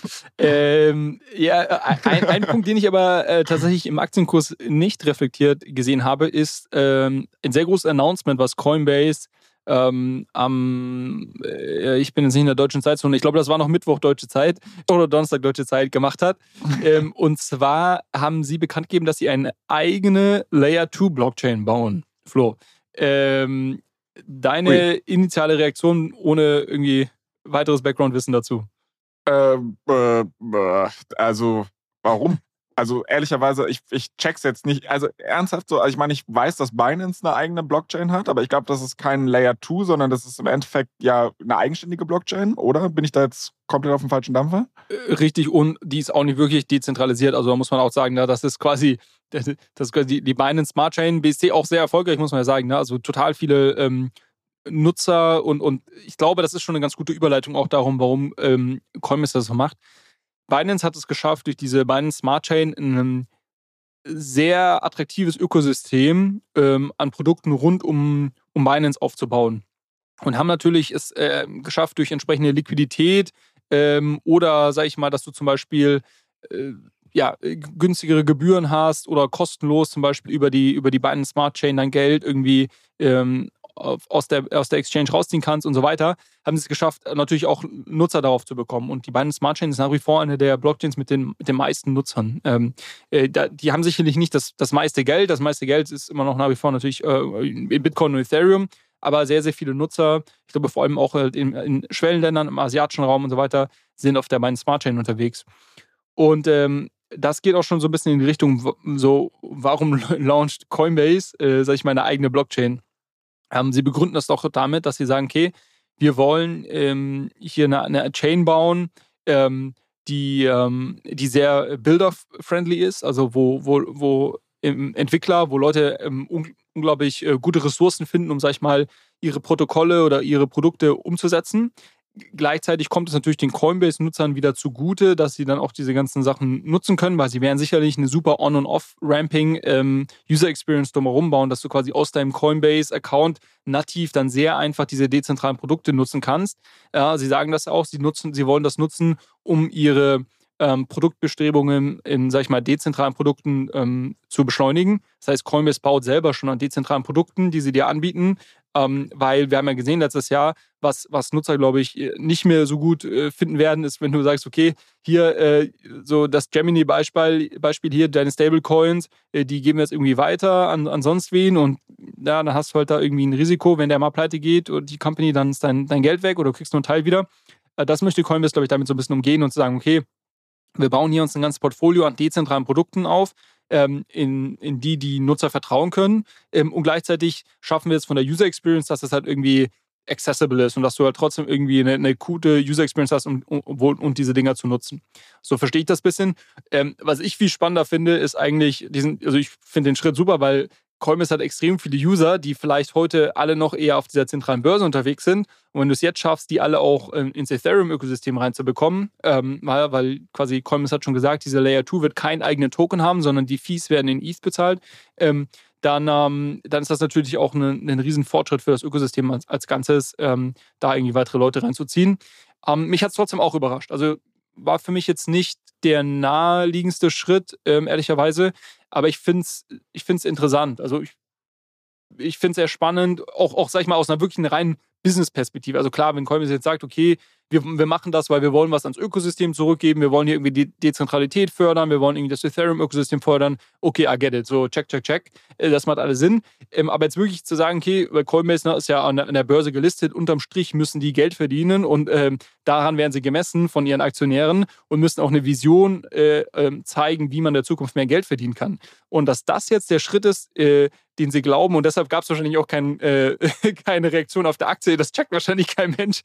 ähm, ja, ein, ein Punkt, den ich aber äh, tatsächlich im Aktienkurs nicht reflektiert gesehen habe, ist ähm, ein sehr großes Announcement, was Coinbase Ähm, am, äh, ich bin jetzt nicht in der deutschen Zeitzone, ich glaube, das war noch Mittwoch deutsche Zeit oder Donnerstag deutsche Zeit gemacht hat. ähm, und zwar haben sie bekannt gegeben, dass sie eine eigene Layer zwei Blockchain bauen. Flo, ähm, deine Ui. initiale Reaktion ohne irgendwie weiteres Background-Wissen dazu? Ähm, äh, also, warum? Also ehrlicherweise, ich, ich check's jetzt nicht. Also ernsthaft so, also ich meine, ich weiß, dass Binance eine eigene Blockchain hat, aber ich glaube, das ist kein Layer zwei, sondern das ist im Endeffekt ja eine eigenständige Blockchain, oder? Bin ich da jetzt komplett auf dem falschen Dampfer? Richtig, und die ist auch nicht wirklich dezentralisiert. Also da muss man auch sagen, das ist quasi, das ist quasi die, die Binance Smart Chain, B S C auch sehr erfolgreich, muss man ja sagen. Also total viele ähm, Nutzer und, und ich glaube, das ist schon eine ganz gute Überleitung auch darum, warum ähm, Coinbase das so macht. Binance hat es geschafft, durch diese Binance Smart Chain ein sehr attraktives Ökosystem ähm, an Produkten rund um, um Binance aufzubauen. Und haben natürlich es äh, geschafft, durch entsprechende Liquidität ähm, oder, sag ich mal, dass du zum Beispiel äh, ja, günstigere Gebühren hast oder kostenlos zum Beispiel über die, über die Binance Smart Chain dein Geld irgendwie ähm, aus der, aus der Exchange rausziehen kannst und so weiter, haben sie es geschafft, natürlich auch Nutzer darauf zu bekommen. Und die Binance Smart Chain ist nach wie vor eine der Blockchains mit den, mit den meisten Nutzern. Ähm, äh, da, die haben sicherlich nicht das, das meiste Geld. Das meiste Geld ist immer noch nach wie vor natürlich äh, in Bitcoin und Ethereum, aber sehr, sehr viele Nutzer, ich glaube vor allem auch in, in Schwellenländern, im asiatischen Raum und so weiter, sind auf der Binance Smart Chain unterwegs. Und ähm, das geht auch schon so ein bisschen in die Richtung, so, warum launcht Coinbase, äh, sag ich mal, eine eigene Blockchain? Ähm, sie begründen das doch damit, dass sie sagen, okay, wir wollen ähm, hier eine, eine Chain bauen, ähm, die, ähm, die sehr builder-friendly ist, also wo, wo, wo Entwickler, wo Leute ähm, unglaublich äh, gute Ressourcen finden, um, sag ich mal, ihre Protokolle oder ihre Produkte umzusetzen. Gleichzeitig kommt es natürlich den Coinbase-Nutzern wieder zugute, dass sie dann auch diese ganzen Sachen nutzen können, weil sie werden sicherlich eine super On- und Off-Ramping ähm, User-Experience drumherum bauen, dass du quasi aus deinem Coinbase-Account nativ dann sehr einfach diese dezentralen Produkte nutzen kannst. Ja, sie sagen das auch, sie nutzen, sie wollen das nutzen, um ihre ähm, Produktbestrebungen in, sag ich mal, dezentralen Produkten ähm, zu beschleunigen. Das heißt, Coinbase baut selber schon an dezentralen Produkten, die sie dir anbieten, ähm, weil wir haben ja gesehen letztes Jahr, was, was Nutzer, glaube ich, nicht mehr so gut äh, finden werden, ist, wenn du sagst, okay, hier äh, so das Gemini-Beispiel Beispiel hier, deine Stablecoins, äh, die geben wir jetzt irgendwie weiter an, an sonst wen und ja, dann hast du halt da irgendwie ein Risiko, wenn der mal pleite geht und die Company, dann ist dein, dein Geld weg oder du kriegst nur einen Teil wieder. Äh, das möchte Coinbase, glaube ich, damit so ein bisschen umgehen und zu sagen, okay, wir bauen hier uns ein ganzes Portfolio an dezentralen Produkten auf, ähm, in, in die die Nutzer vertrauen können. Ähm, und gleichzeitig schaffen wir es von der User Experience, dass es halt irgendwie accessible ist und dass du halt trotzdem irgendwie eine, eine gute User Experience hast, um, um, um diese Dinger zu nutzen. So verstehe ich das ein bisschen. Ähm, was ich viel spannender finde, ist eigentlich diesen, also ich finde den Schritt super, weil Coinbase hat extrem viele User, die vielleicht heute alle noch eher auf dieser zentralen Börse unterwegs sind. Und wenn du es jetzt schaffst, die alle auch ähm, ins Ethereum-Ökosystem reinzubekommen, ähm, weil, weil quasi Coinbase hat schon gesagt, diese Layer zwei wird keinen eigenen Token haben, sondern die Fees werden in E T H bezahlt, ähm, dann, ähm, dann ist das natürlich auch ein, ein riesen Fortschritt für das Ökosystem als, als Ganzes, ähm, da irgendwie weitere Leute reinzuziehen. Ähm, mich hat es trotzdem auch überrascht. Also war für mich jetzt nicht der naheliegendste Schritt, ähm, ehrlicherweise. Aber ich finde es ich find's interessant. Also ich, ich finde es sehr spannend, auch, auch, sag ich mal, aus einer wirklichen reinen Business-Perspektive. Also klar, wenn Coinbase jetzt sagt, okay, wir, wir machen das, weil wir wollen was ans Ökosystem zurückgeben, wir wollen hier irgendwie die Dezentralität fördern, wir wollen irgendwie das Ethereum-Ökosystem fördern, okay, I get it, so check, check, check, das macht alles Sinn. Ähm, aber jetzt wirklich zu sagen, okay, weil Coinbase ist ja an der, an der Börse gelistet, unterm Strich müssen die Geld verdienen und ähm, daran werden sie gemessen von ihren Aktionären und müssen auch eine Vision äh, äh, zeigen, wie man in der Zukunft mehr Geld verdienen kann. Und dass das jetzt der Schritt ist, äh, den sie glauben, und deshalb gab es wahrscheinlich auch kein, äh, keine Reaktion auf der Aktie, das checkt wahrscheinlich kein Mensch.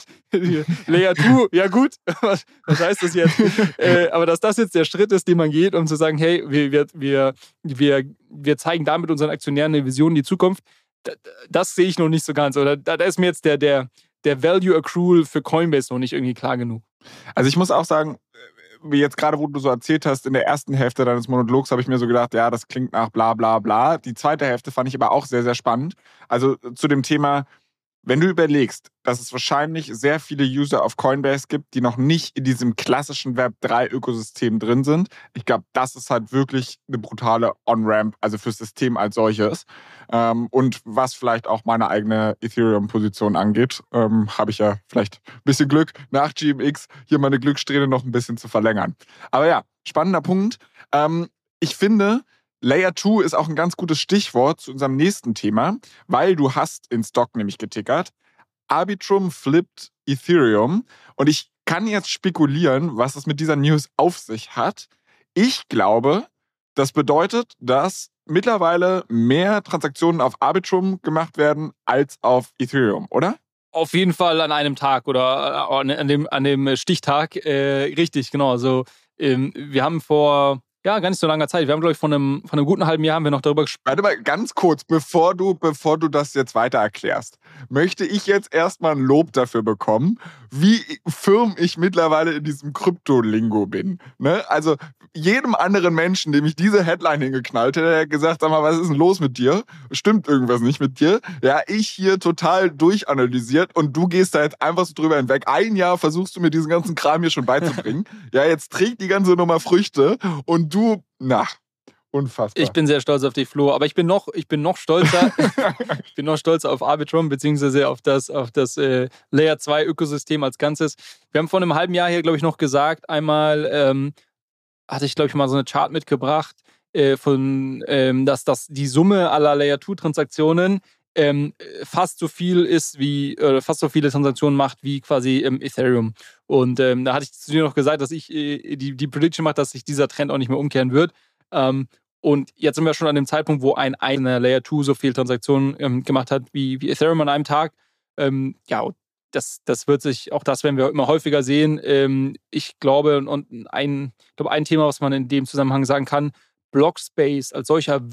Layer zwei, ja gut, was, was heißt das jetzt? äh, aber dass das jetzt der Schritt ist, den man geht, um zu sagen, hey, wir, wir, wir, wir, wir zeigen damit unseren Aktionären eine Vision in die Zukunft, das, das sehe ich noch nicht so ganz. Oder da, da ist mir jetzt der, der, der Value Accrual für Coinbase noch nicht irgendwie klar genug. Also ich muss auch sagen, wie jetzt gerade, wo du so erzählt hast, in der ersten Hälfte deines Monologs habe ich mir so gedacht, ja, das klingt nach bla bla bla. Die zweite Hälfte fand ich aber auch sehr, sehr spannend. Also zu dem Thema, wenn du überlegst, dass es wahrscheinlich sehr viele User auf Coinbase gibt, die noch nicht in diesem klassischen Web drei Ökosystem drin sind. Ich glaube, das ist halt wirklich eine brutale On-Ramp, also fürs System als solches. Ähm, und was vielleicht auch meine eigene Ethereum-Position angeht, ähm, habe ich ja vielleicht ein bisschen Glück, nach G M X hier meine Glückssträhne noch ein bisschen zu verlängern. Aber ja, spannender Punkt. Ähm, ich finde, Layer zwei ist auch ein ganz gutes Stichwort zu unserem nächsten Thema, weil du hast in Stock nämlich getickert, Arbitrum flippt Ethereum. Und ich kann jetzt spekulieren, was es mit dieser News auf sich hat. Ich glaube, das bedeutet, dass mittlerweile mehr Transaktionen auf Arbitrum gemacht werden als auf Ethereum, oder? Auf jeden Fall an einem Tag oder an dem, an dem Stichtag. Äh, richtig, genau. Also ähm, wir haben vor... Ja, gar nicht so langer Zeit. Wir haben, glaube ich, von einem, von einem guten halben Jahr haben wir noch darüber gesprochen. Warte mal, ganz kurz, bevor du, bevor du das jetzt weiter erklärst, möchte ich jetzt erstmal ein Lob dafür bekommen, wie firm ich mittlerweile in diesem Krypto-Lingo bin. Ne? Also jedem anderen Menschen, dem ich diese Headline hingeknallt hätte, der hat gesagt, sag mal, was ist denn los mit dir? Stimmt irgendwas nicht mit dir? Ja, ich hier total durchanalysiert und du gehst da jetzt einfach so drüber hinweg. Ein Jahr versuchst du mir diesen ganzen Kram hier schon beizubringen. Ja, jetzt trägt die ganze Nummer Früchte und du, na, unfassbar. Ich bin sehr stolz auf dich, Flo, aber ich bin noch, ich bin noch stolzer, ich bin noch stolzer auf Arbitrum, beziehungsweise auf das, auf das äh, Layer zwei Ökosystem als Ganzes. Wir haben vor einem halben Jahr hier, glaube ich, noch gesagt, einmal ähm, hatte ich, glaube ich, mal so eine Chart mitgebracht, äh, von, ähm, dass das die Summe aller Layer zwei Transaktionen ähm, fast so viel ist wie, äh, fast so viele Transaktionen macht wie quasi ähm, Ethereum. Und ähm, da hatte ich zu dir noch gesagt, dass ich äh, die, die Prediction mache, dass sich dieser Trend auch nicht mehr umkehren wird. Ähm, und jetzt sind wir schon an dem Zeitpunkt, wo ein eigener Layer zwei so viele Transaktionen ähm, gemacht hat wie, wie Ethereum an einem Tag. Ähm, ja, das, das wird sich, auch das werden wir immer häufiger sehen. Ähm, ich glaube, und ein, ich glaube, ein Thema, was man in dem Zusammenhang sagen kann, Blockspace als solcher wird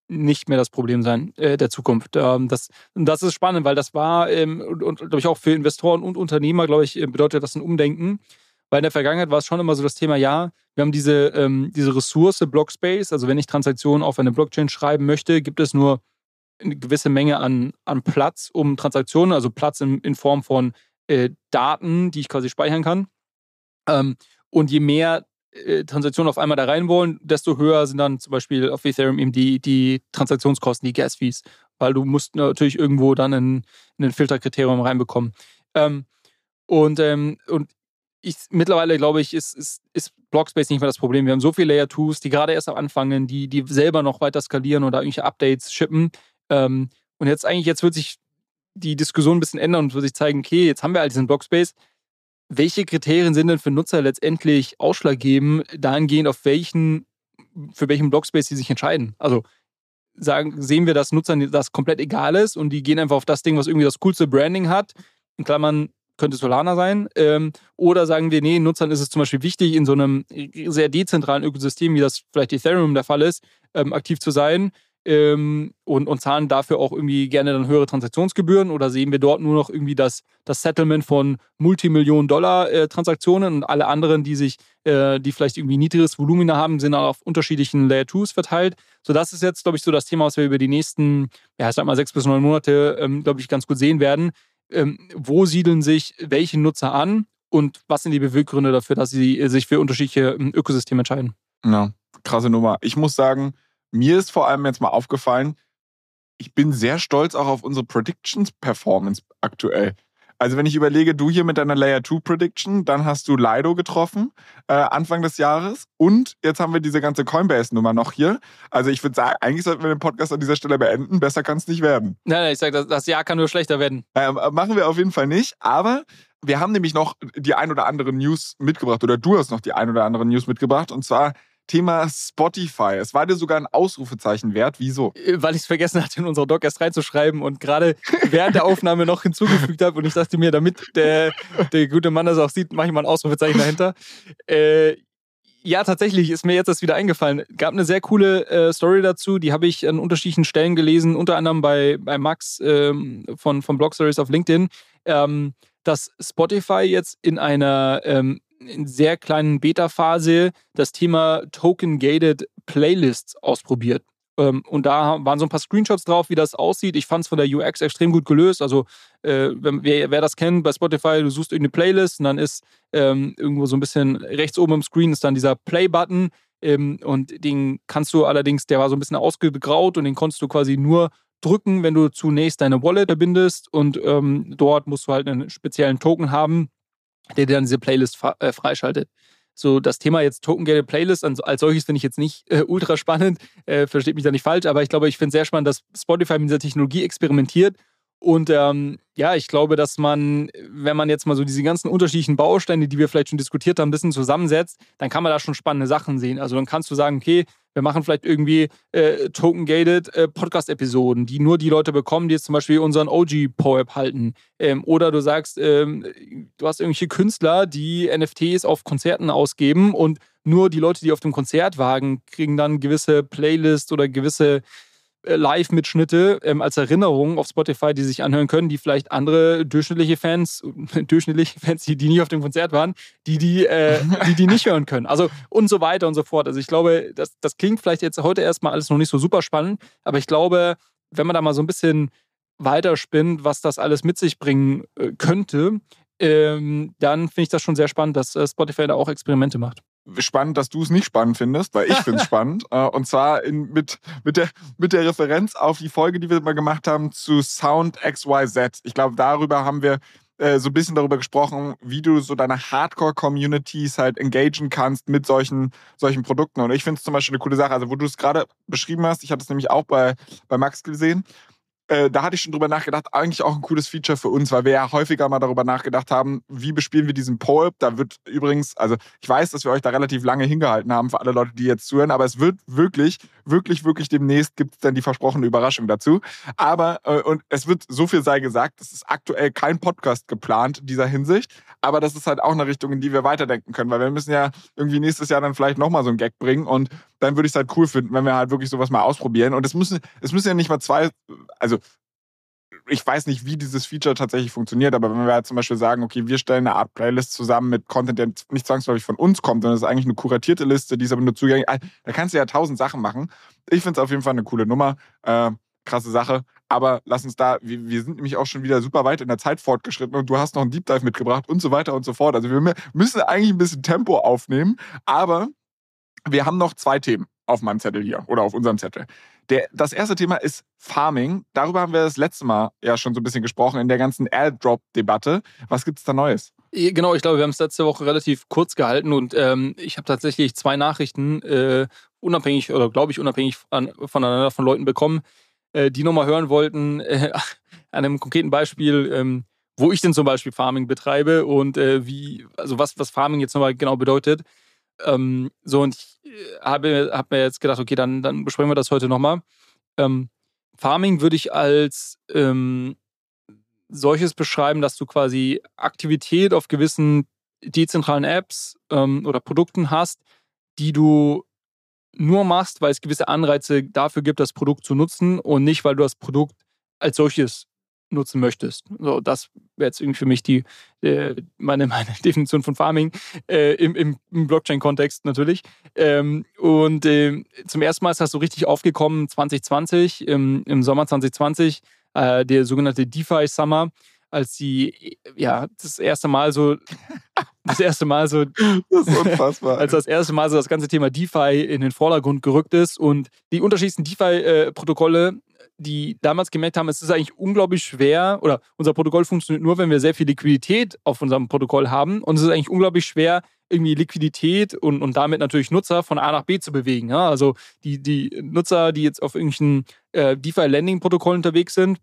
nicht mehr das Problem sein äh, der Zukunft. Ähm, das, das ist spannend, weil das war, ähm, und, und glaube ich auch für Investoren und Unternehmer, glaube ich, bedeutet das ein Umdenken. Weil in der Vergangenheit war es schon immer so das Thema, ja, wir haben diese, ähm, diese Ressource Blockspace, also wenn ich Transaktionen auf eine Blockchain schreiben möchte, gibt es nur eine gewisse Menge an, an Platz, um Transaktionen, also Platz in, in Form von äh, Daten, die ich quasi speichern kann. Ähm, und je mehr äh, Transaktionen auf einmal da rein wollen, desto höher sind dann zum Beispiel auf Ethereum eben die, die Transaktionskosten, die Gas-Fees, weil du musst natürlich irgendwo dann ein, ein Filterkriterium reinbekommen. Ähm, und, ähm, und ich, mittlerweile, glaube ich, ist, ist, ist Blockspace nicht mehr das Problem. Wir haben so viele Layer twos, die gerade erst am Anfangen, die, die selber noch weiter skalieren oder irgendwelche Updates shippen. Ähm, und jetzt eigentlich, jetzt wird sich die Diskussion ein bisschen ändern und wird sich zeigen, okay, jetzt haben wir halt diesen Blockspace. Welche Kriterien sind denn für Nutzer letztendlich ausschlaggebend, dahingehend, auf welchen, für welchen Blockspace sie sich entscheiden? Also sagen, sehen wir, dass Nutzern das komplett egal ist und die gehen einfach auf das Ding, was irgendwie das coolste Branding hat, in Klammern könnte Solana sein, ähm, oder sagen wir, nee, Nutzern ist es zum Beispiel wichtig, in so einem sehr dezentralen Ökosystem, wie das vielleicht Ethereum der Fall ist, ähm, aktiv zu sein, ähm, und, und zahlen dafür auch irgendwie gerne dann höhere Transaktionsgebühren, oder sehen wir dort nur noch irgendwie das, das Settlement von Multimillionen-Dollar-Transaktionen, und alle anderen, die sich, äh, die vielleicht irgendwie niedriges Volumina haben, sind auf unterschiedlichen Layer twos verteilt. So, das ist jetzt, glaube ich, so das Thema, was wir über die nächsten, ja, ich sag mal, sechs bis neun Monate, ähm, glaube ich, ganz gut sehen werden. Ähm, wo siedeln sich welche Nutzer an und was sind die Beweggründe dafür, dass sie sich für unterschiedliche ähm, Ökosysteme entscheiden? Ja, krasse Nummer. Ich muss sagen, mir ist vor allem jetzt mal aufgefallen, ich bin sehr stolz auch auf unsere Predictions-Performance aktuell. Also wenn ich überlege, du hier mit deiner Layer two Prediction, dann hast du Lido getroffen äh, Anfang des Jahres und jetzt haben wir diese ganze Coinbase-Nummer noch hier. Also ich würde sagen, eigentlich sollten wir den Podcast an dieser Stelle beenden. Besser kann es nicht werden. Nein, nein, ich sage, das, das Jahr kann nur schlechter werden. Ähm, machen wir auf jeden Fall nicht, aber wir haben nämlich noch die ein oder andere News mitgebracht oder du hast noch die ein oder andere News mitgebracht und zwar Thema Spotify. Es war dir sogar ein Ausrufezeichen wert. Wieso? Weil ich es vergessen hatte, in unserer Doc erst reinzuschreiben und gerade während der Aufnahme noch hinzugefügt habe. Und ich dachte mir, damit der, der gute Mann das auch sieht, mache ich mal ein Ausrufezeichen dahinter. Äh, ja, tatsächlich ist mir jetzt das wieder eingefallen. Gab eine sehr coole äh, Story dazu. Die habe ich an unterschiedlichen Stellen gelesen, unter anderem bei, bei Max ähm, von, von Blog Stories auf LinkedIn, ähm, dass Spotify jetzt in einer ähm, in sehr kleinen Beta-Phase das Thema Token-Gated Playlists ausprobiert. Ähm, und da waren so ein paar Screenshots drauf, wie das aussieht. Ich fand es von der U X extrem gut gelöst. Also äh, wer, wer das kennt bei Spotify, du suchst irgendeine Playlist und dann ist ähm, irgendwo so ein bisschen rechts oben im Screen ist dann dieser Play-Button. Ähm, und den kannst du allerdings, der war so ein bisschen ausgegraut und den konntest du quasi nur drücken, wenn du zunächst deine Wallet verbindest. Und ähm, dort musst du halt einen speziellen Token haben, der dann diese Playlist äh, freischaltet. So, das Thema jetzt Token-Gated Playlist als, als solches finde ich jetzt nicht äh, ultra spannend, äh, versteht mich da nicht falsch, aber ich glaube, ich finde es sehr spannend, dass Spotify mit dieser Technologie experimentiert. Und ähm, ja, ich glaube, dass man, wenn man jetzt mal so diese ganzen unterschiedlichen Bausteine, die wir vielleicht schon diskutiert haben, ein bisschen zusammensetzt, dann kann man da schon spannende Sachen sehen. Also dann kannst du sagen, okay, wir machen vielleicht irgendwie äh, Token-Gated äh, Podcast-Episoden, die nur die Leute bekommen, die jetzt zum Beispiel unseren O G-Poep halten. Ähm, oder du sagst, ähm, du hast irgendwelche Künstler, die N F Ts auf Konzerten ausgeben und nur die Leute, die auf dem Konzert wagen, kriegen dann gewisse Playlists oder gewisse Live-Mitschnitte ähm, als Erinnerung auf Spotify, die sich anhören können, die vielleicht andere durchschnittliche Fans, durchschnittliche Fans, die, die nicht auf dem Konzert waren, die die, äh, die die nicht hören können. Also und so weiter und so fort. Also ich glaube, das, das klingt vielleicht jetzt heute erstmal alles noch nicht so super spannend, aber ich glaube, wenn man da mal so ein bisschen weiterspinnt, was das alles mit sich bringen äh, könnte, ähm, dann finde ich das schon sehr spannend, dass äh, Spotify da auch Experimente macht. Spannend, dass du es nicht spannend findest, weil ich finde es spannend. Und zwar in, mit, mit, der, mit der Referenz auf die Folge, die wir mal gemacht haben zu Sound X Y Z. Ich glaube, darüber haben wir äh, so ein bisschen darüber gesprochen, wie du so deine Hardcore-Communities halt engagen kannst mit solchen, solchen Produkten. Und ich finde es zum Beispiel eine coole Sache. Also wo du es gerade beschrieben hast, ich hatte es nämlich auch bei, bei Max gesehen, Äh, da hatte ich schon drüber nachgedacht, eigentlich auch ein cooles Feature für uns, weil wir ja häufiger mal darüber nachgedacht haben, wie bespielen wir diesen Poep. Da wird übrigens, also ich weiß, dass wir euch da relativ lange hingehalten haben für alle Leute, die jetzt zuhören, aber es wird wirklich, wirklich, wirklich demnächst gibt es dann die versprochene Überraschung dazu. Aber, äh, und es wird, so viel sei gesagt, es ist aktuell kein Podcast geplant in dieser Hinsicht, aber das ist halt auch eine Richtung, in die wir weiterdenken können, weil wir müssen ja irgendwie nächstes Jahr dann vielleicht nochmal so einen Gag bringen und dann würde ich es halt cool finden, wenn wir halt wirklich sowas mal ausprobieren. Und es müssen, es müssen ja nicht mal zwei, also ich weiß nicht, wie dieses Feature tatsächlich funktioniert, aber wenn wir halt zum Beispiel sagen, okay, wir stellen eine Art Playlist zusammen mit Content, der nicht zwangsläufig von uns kommt, sondern es ist eigentlich eine kuratierte Liste, die ist aber nur zugänglich. Da kannst du ja tausend Sachen machen. Ich finde es auf jeden Fall eine coole Nummer. Äh, krasse Sache. Aber lass uns da, wir, wir sind nämlich auch schon wieder super weit in der Zeit fortgeschritten und du hast noch einen Deep Dive mitgebracht und so weiter und so fort. Also wir müssen eigentlich ein bisschen Tempo aufnehmen, aber wir haben noch zwei Themen auf meinem Zettel hier oder auf unserem Zettel. Der, das erste Thema ist Farming. Darüber haben wir das letzte Mal ja schon so ein bisschen gesprochen in der ganzen Airdrop-Debatte. Was gibt es da Neues? Genau, ich glaube, wir haben es letzte Woche relativ kurz gehalten und ähm, ich habe tatsächlich zwei Nachrichten äh, unabhängig oder glaube ich unabhängig an, voneinander von Leuten bekommen, äh, die nochmal hören wollten, äh, an einem konkreten Beispiel, ähm, wo ich denn zum Beispiel Farming betreibe und äh, wie, also was, was Farming jetzt nochmal genau bedeutet. Ähm, so, und ich habe, habe mir jetzt gedacht, okay, dann, dann besprechen wir das heute nochmal. Ähm, Farming würde ich als ähm, solches beschreiben, dass du quasi Aktivität auf gewissen dezentralen Apps ähm, oder Produkten hast, die du nur machst, weil es gewisse Anreize dafür gibt, das Produkt zu nutzen und nicht, weil du das Produkt als solches nutzen möchtest. So, das wäre jetzt irgendwie für mich die, äh, meine, meine Definition von Farming äh, im, im, im Blockchain-Kontext natürlich. Ähm, und äh, zum ersten Mal ist das so richtig aufgekommen zwanzig zwanzig, im, im Sommer zwanzig zwanzig, äh, der sogenannte DeFi Summer, als die, ja, das erste Mal so das erste Mal so das ist unfassbar. als das erste Mal so das ganze Thema DeFi in den Vordergrund gerückt ist und die unterschiedlichsten DeFi-Protokolle, die damals gemerkt haben, es ist eigentlich unglaublich schwer oder unser Protokoll funktioniert nur, wenn wir sehr viel Liquidität auf unserem Protokoll haben und es ist eigentlich unglaublich schwer, irgendwie Liquidität und, und damit natürlich Nutzer von A nach B zu bewegen. Ja? Also die, die Nutzer, die jetzt auf irgendwelchen äh, DeFi-Landing-Protokollen unterwegs sind,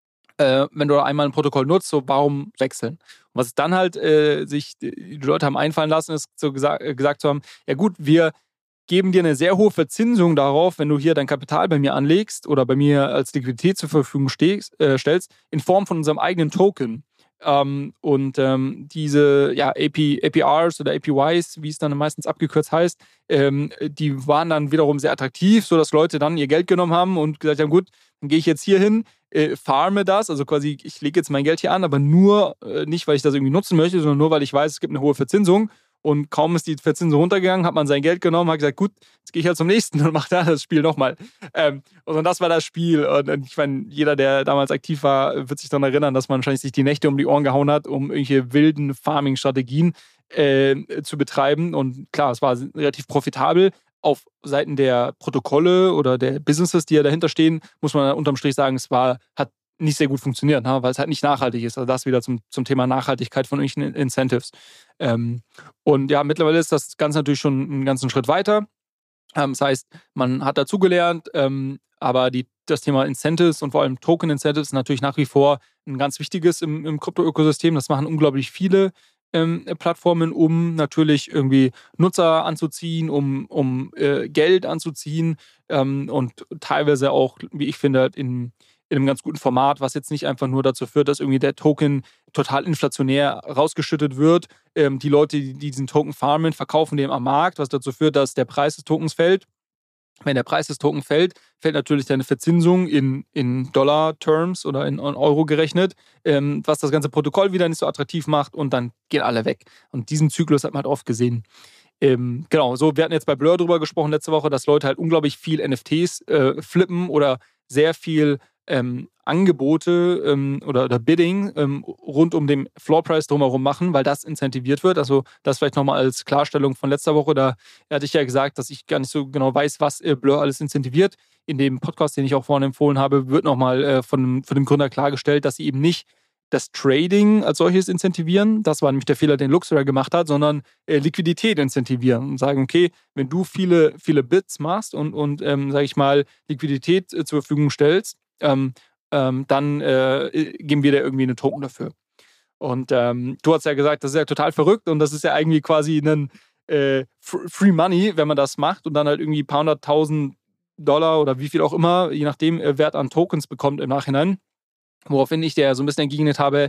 Äh, wenn du einmal ein Protokoll nutzt, so warum wechseln? Und was dann halt äh, sich die Leute haben einfallen lassen, ist so gesagt, äh, gesagt zu haben, ja gut, wir geben dir eine sehr hohe Verzinsung darauf, wenn du hier dein Kapital bei mir anlegst oder bei mir als Liquidität zur Verfügung stehst, äh, stellst, in Form von unserem eigenen Token. Ähm, und ähm, diese ja, A P, A P Rs oder A P Ys, wie es dann meistens abgekürzt heißt, ähm, die waren dann wiederum sehr attraktiv, sodass Leute dann ihr Geld genommen haben und gesagt haben, gut, dann gehe ich jetzt hier hin, äh, farme das, also quasi ich lege jetzt mein Geld hier an, aber nur äh, nicht, weil ich das irgendwie nutzen möchte, sondern nur, weil ich weiß, es gibt eine hohe Verzinsung. Und kaum ist die Verzinsung runtergegangen, hat man sein Geld genommen, hat gesagt, gut, jetzt gehe ich halt zum nächsten und mache da das Spiel nochmal. Ähm, und das war das Spiel. Und ich meine, jeder, der damals aktiv war, wird sich daran erinnern, dass man wahrscheinlich sich die Nächte um die Ohren gehauen hat, um irgendwelche wilden Farming-Strategien äh, zu betreiben. Und klar, es war relativ profitabel. Auf Seiten der Protokolle oder der Businesses, die ja dahinter stehen, muss man unterm Strich sagen, es war, hat nicht sehr gut funktioniert, ne? Weil es halt nicht nachhaltig ist. Also das wieder zum, zum Thema Nachhaltigkeit von irgendwelchen Incentives. Ähm, und ja, mittlerweile ist das Ganze natürlich schon einen ganzen Schritt weiter. Ähm, das heißt, man hat dazugelernt, ähm, aber die, das Thema Incentives und vor allem Token-Incentives ist natürlich nach wie vor ein ganz wichtiges im, im Krypto-Ökosystem. Das machen unglaublich viele ähm, Plattformen, um natürlich irgendwie Nutzer anzuziehen, um, um äh, Geld anzuziehen ähm, und teilweise auch, wie ich finde, in in einem ganz guten Format, was jetzt nicht einfach nur dazu führt, dass irgendwie der Token total inflationär rausgeschüttet wird. Ähm, die Leute, die diesen Token farmen, verkaufen den am Markt, was dazu führt, dass der Preis des Tokens fällt. Wenn der Preis des Tokens fällt, fällt natürlich deine Verzinsung in, in Dollar-Terms oder in, in Euro gerechnet, ähm, was das ganze Protokoll wieder nicht so attraktiv macht und dann gehen alle weg. Und diesen Zyklus hat man halt oft gesehen. Ähm, genau, so, wir hatten jetzt bei Blur drüber gesprochen letzte Woche, dass Leute halt unglaublich viel N F Ts äh, flippen oder sehr viel Ähm, Angebote ähm, oder, oder Bidding ähm, rund um den Floorprice drumherum machen, weil das incentiviert wird. Also das vielleicht nochmal als Klarstellung von letzter Woche. Da hatte ich ja gesagt, dass ich gar nicht so genau weiß, was äh, Blur alles incentiviert. In dem Podcast, den ich auch vorhin empfohlen habe, wird nochmal äh, von, von dem Gründer klargestellt, dass sie eben nicht das Trading als solches incentivieren, das war nämlich der Fehler, den Luxor gemacht hat, sondern äh, Liquidität incentivieren und sagen, okay, wenn du viele, viele Bits machst und, und ähm, sage ich mal, Liquidität äh, zur Verfügung stellst, Ähm, ähm, dann äh, geben wir da irgendwie einen Token dafür. Und ähm, du hast ja gesagt, das ist ja total verrückt und das ist ja irgendwie quasi ein äh, Free Money, wenn man das macht und dann halt irgendwie ein paar hunderttausend Dollar oder wie viel auch immer, je nachdem, äh, Wert an Tokens bekommt im Nachhinein. Woraufhin ich dir so ein bisschen entgegnet habe,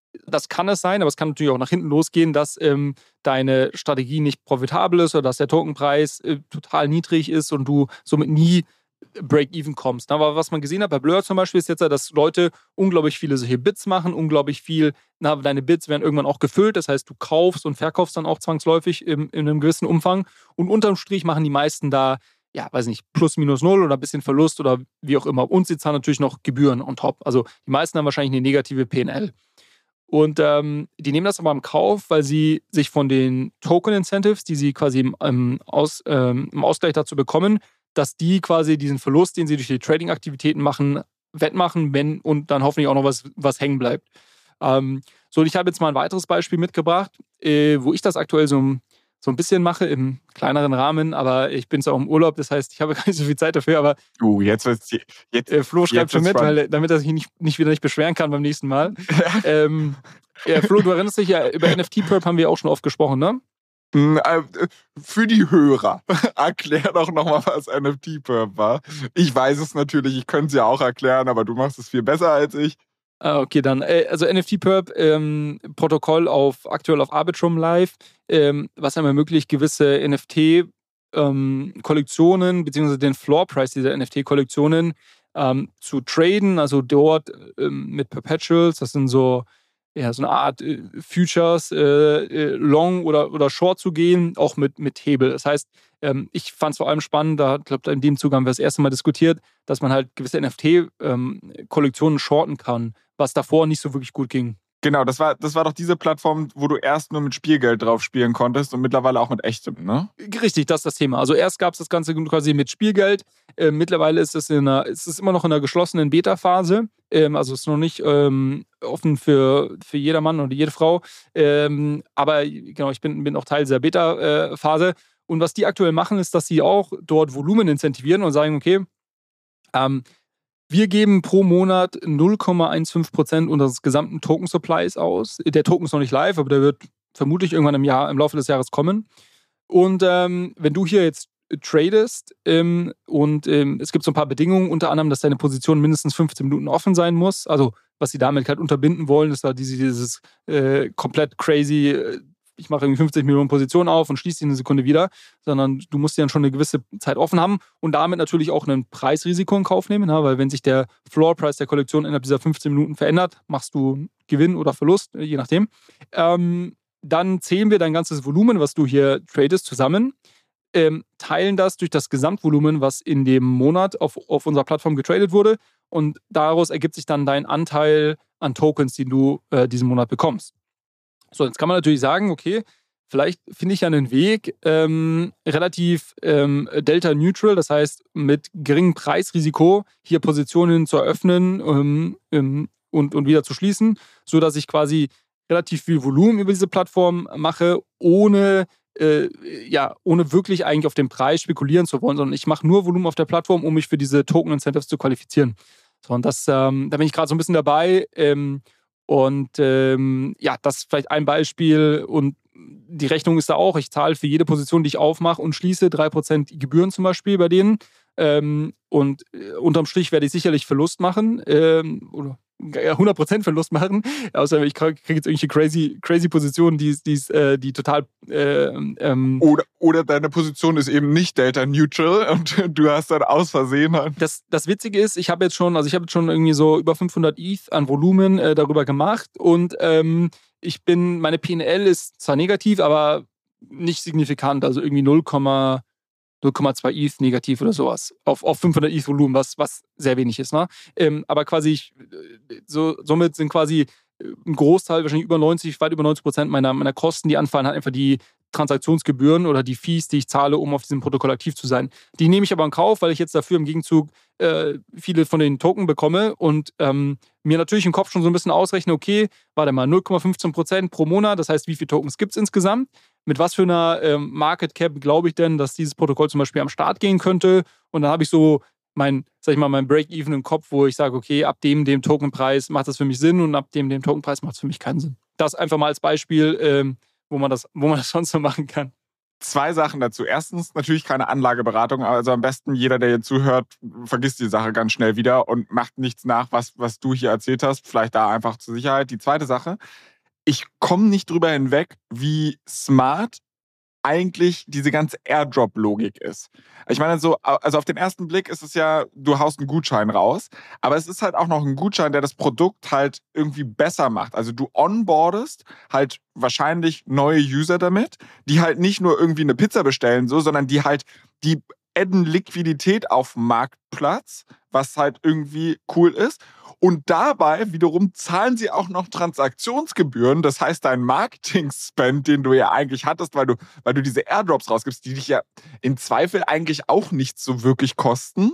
Das kann es sein, aber es kann natürlich auch nach hinten losgehen, dass ähm, deine Strategie nicht profitabel ist oder dass der Tokenpreis äh, total niedrig ist und du somit nie Break-Even kommst. Aber was man gesehen hat bei Blur zum Beispiel ist jetzt, dass Leute unglaublich viele solche Bits machen, unglaublich viel, na, deine Bits werden irgendwann auch gefüllt, das heißt, du kaufst und verkaufst dann auch zwangsläufig in, in einem gewissen Umfang und unterm Strich machen die meisten da, ja, weiß nicht, plus minus null oder ein bisschen Verlust oder wie auch immer. Und sie zahlen natürlich noch Gebühren on top. Also die meisten haben wahrscheinlich eine negative P und L. Und ähm, die nehmen das aber im Kauf, weil sie sich von den Token-Incentives, die sie quasi im, im, Aus, ähm, im Ausgleich dazu bekommen, dass die quasi diesen Verlust, den sie durch die Trading-Aktivitäten machen, wettmachen, wenn und dann hoffentlich auch noch was, was hängen bleibt. Ähm, so, und ich habe jetzt mal ein weiteres Beispiel mitgebracht, äh, wo ich das aktuell so, so ein bisschen mache, im kleineren Rahmen, aber ich bin zwar auch im Urlaub, das heißt, ich habe gar nicht so viel Zeit dafür, aber uh, jetzt wird's, jetzt, äh, Flo schreibt jetzt schon mit, spannend. weil, damit er sich nicht, nicht wieder nicht beschweren kann beim nächsten Mal. ähm, ja, Flo, du erinnerst dich ja, über N F T-Perp haben wir auch schon oft gesprochen, ne? Für die Hörer, erklär doch nochmal, was N F T-Perp war. Ich weiß es natürlich, ich könnte es ja auch erklären, aber du machst es viel besser als ich. Ah, okay, dann. Äh, also N F T-Perp, ähm, Protokoll auf aktuell auf Arbitrum Live, ähm, was einem ermöglicht, gewisse N F T-Kollektionen ähm, beziehungsweise den Floor-Price dieser N F T-Kollektionen ähm, zu traden, also dort ähm, mit Perpetuals, das sind so ja, so eine Art äh, Futures, äh, Long oder, oder Short zu gehen, auch mit, mit Hebel. Das heißt, ähm, ich fand es vor allem spannend, da glaube in dem Zug haben wir das erste Mal diskutiert, dass man halt gewisse N F T-Kollektionen ähm, shorten kann, was davor nicht so wirklich gut ging. Genau, das war, das war doch diese Plattform, wo du erst nur mit Spielgeld drauf spielen konntest und mittlerweile auch mit echtem, ne? Richtig, das ist das Thema. Also erst gab es das Ganze quasi mit Spielgeld. Äh, mittlerweile ist es, in einer, ist es immer noch in einer geschlossenen Beta-Phase. Ähm, also es ist noch nicht ähm, offen für, für jedermann oder jede Frau. Ähm, aber genau, ich bin, bin auch Teil dieser Beta-Phase. Und was die aktuell machen, ist, dass sie auch dort Volumen incentivieren und sagen, okay, ähm, wir geben pro Monat null Komma fünfzehn Prozent unseres gesamten Token-Supplies aus. Der Token ist noch nicht live, aber der wird vermutlich irgendwann im Jahr, im Laufe des Jahres kommen. Und ähm, wenn du hier jetzt tradest ähm, und ähm, es gibt so ein paar Bedingungen, unter anderem, dass deine Position mindestens fünfzehn Minuten offen sein muss. Also was sie damit halt unterbinden wollen, ist da diese, dieses äh, komplett crazy, äh, ich mache irgendwie fünfzig Millionen Positionen auf und schließe die eine Sekunde wieder, sondern du musst ja schon eine gewisse Zeit offen haben und damit natürlich auch ein Preisrisiko in Kauf nehmen, ja, weil wenn sich der Floor-Price der Kollektion innerhalb dieser fünfzehn Minuten verändert, machst du Gewinn oder Verlust, je nachdem. Ähm, dann zählen wir dein ganzes Volumen, was du hier tradest, zusammen, ähm, teilen das durch das Gesamtvolumen, was in dem Monat auf, auf unserer Plattform getradet wurde und daraus ergibt sich dann dein Anteil an Tokens, die du äh, diesen Monat bekommst. So, jetzt kann man natürlich sagen, okay, vielleicht finde ich ja einen Weg, ähm, relativ ähm, Delta-Neutral, das heißt mit geringem Preisrisiko hier Positionen zu eröffnen ähm, ähm, und, und wieder zu schließen, sodass ich quasi relativ viel Volumen über diese Plattform mache, ohne, äh, ja, ohne wirklich eigentlich auf den Preis spekulieren zu wollen, sondern ich mache nur Volumen auf der Plattform, um mich für diese Token-Incentives zu qualifizieren. So, und das, ähm, da bin ich gerade so ein bisschen dabei, ähm, Und ähm, ja, das ist vielleicht ein Beispiel und die Rechnung ist da auch. Ich zahle für jede Position, die ich aufmache und schließe, drei Prozent Gebühren zum Beispiel bei denen. Ähm, und äh, unterm Strich werde ich sicherlich Verlust machen ähm, oder ja, hundert Prozent Verlust machen. Außer ich kriege jetzt irgendwelche crazy, crazy Positionen, die, die, äh, die total... Äh, ähm, oder, oder deine Position ist eben nicht Delta Neutral und du hast dann aus Versehen... Das, das Witzige ist, ich habe jetzt schon, also ich habe jetzt schon irgendwie so über fünfhundert E T H an Volumen äh, darüber gemacht und ähm, ich bin, meine P und L ist zwar negativ, aber nicht signifikant, also irgendwie null Komma zwei E T H negativ oder sowas auf, auf fünfhundert E T H Volumen, was, was sehr wenig ist. Ne? Ähm, aber quasi, ich, so, somit sind quasi ein Großteil, wahrscheinlich über neunzig, weit über neunzig Prozent meiner, meiner Kosten, die anfallen, halt einfach die Transaktionsgebühren oder die Fees, die ich zahle, um auf diesem Protokoll aktiv zu sein. Die nehme ich aber in Kauf, weil ich jetzt dafür im Gegenzug äh, viele von den Token bekomme und ähm, mir natürlich im Kopf schon so ein bisschen ausrechne, okay, warte mal, null Komma fünfzehn Prozent pro Monat, das heißt, wie viele Tokens gibt es insgesamt? Mit was für einer ähm, Market Cap glaube ich denn, dass dieses Protokoll zum Beispiel am Start gehen könnte? Und dann habe ich so mein, sag ich mal, mein Break-Even im Kopf, wo ich sage, okay, ab dem, dem Tokenpreis macht das für mich Sinn und ab dem, dem Tokenpreis macht es für mich keinen Sinn. Das einfach mal als Beispiel, ähm, wo man das, wo man das sonst so machen kann. Zwei Sachen dazu. Erstens natürlich keine Anlageberatung, also am besten jeder, der hier zuhört, vergisst die Sache ganz schnell wieder und macht nichts nach, was, was du hier erzählt hast. Vielleicht da einfach zur Sicherheit. Die zweite Sache, ich komme nicht drüber hinweg, wie smart eigentlich diese ganze Airdrop-Logik ist. Ich meine, so, also auf den ersten Blick ist es ja, du haust einen Gutschein raus, aber es ist halt auch noch ein Gutschein, der das Produkt halt irgendwie besser macht. Also du onboardest halt wahrscheinlich neue User damit, die halt nicht nur irgendwie eine Pizza bestellen, so, sondern die halt, die adden Liquidität auf dem Marktplatz, was halt irgendwie cool ist. Und dabei wiederum zahlen sie auch noch Transaktionsgebühren. Das heißt, dein Marketing-Spend, den du ja eigentlich hattest, weil du, weil du diese Airdrops rausgibst, die dich ja im Zweifel eigentlich auch nicht so wirklich kosten,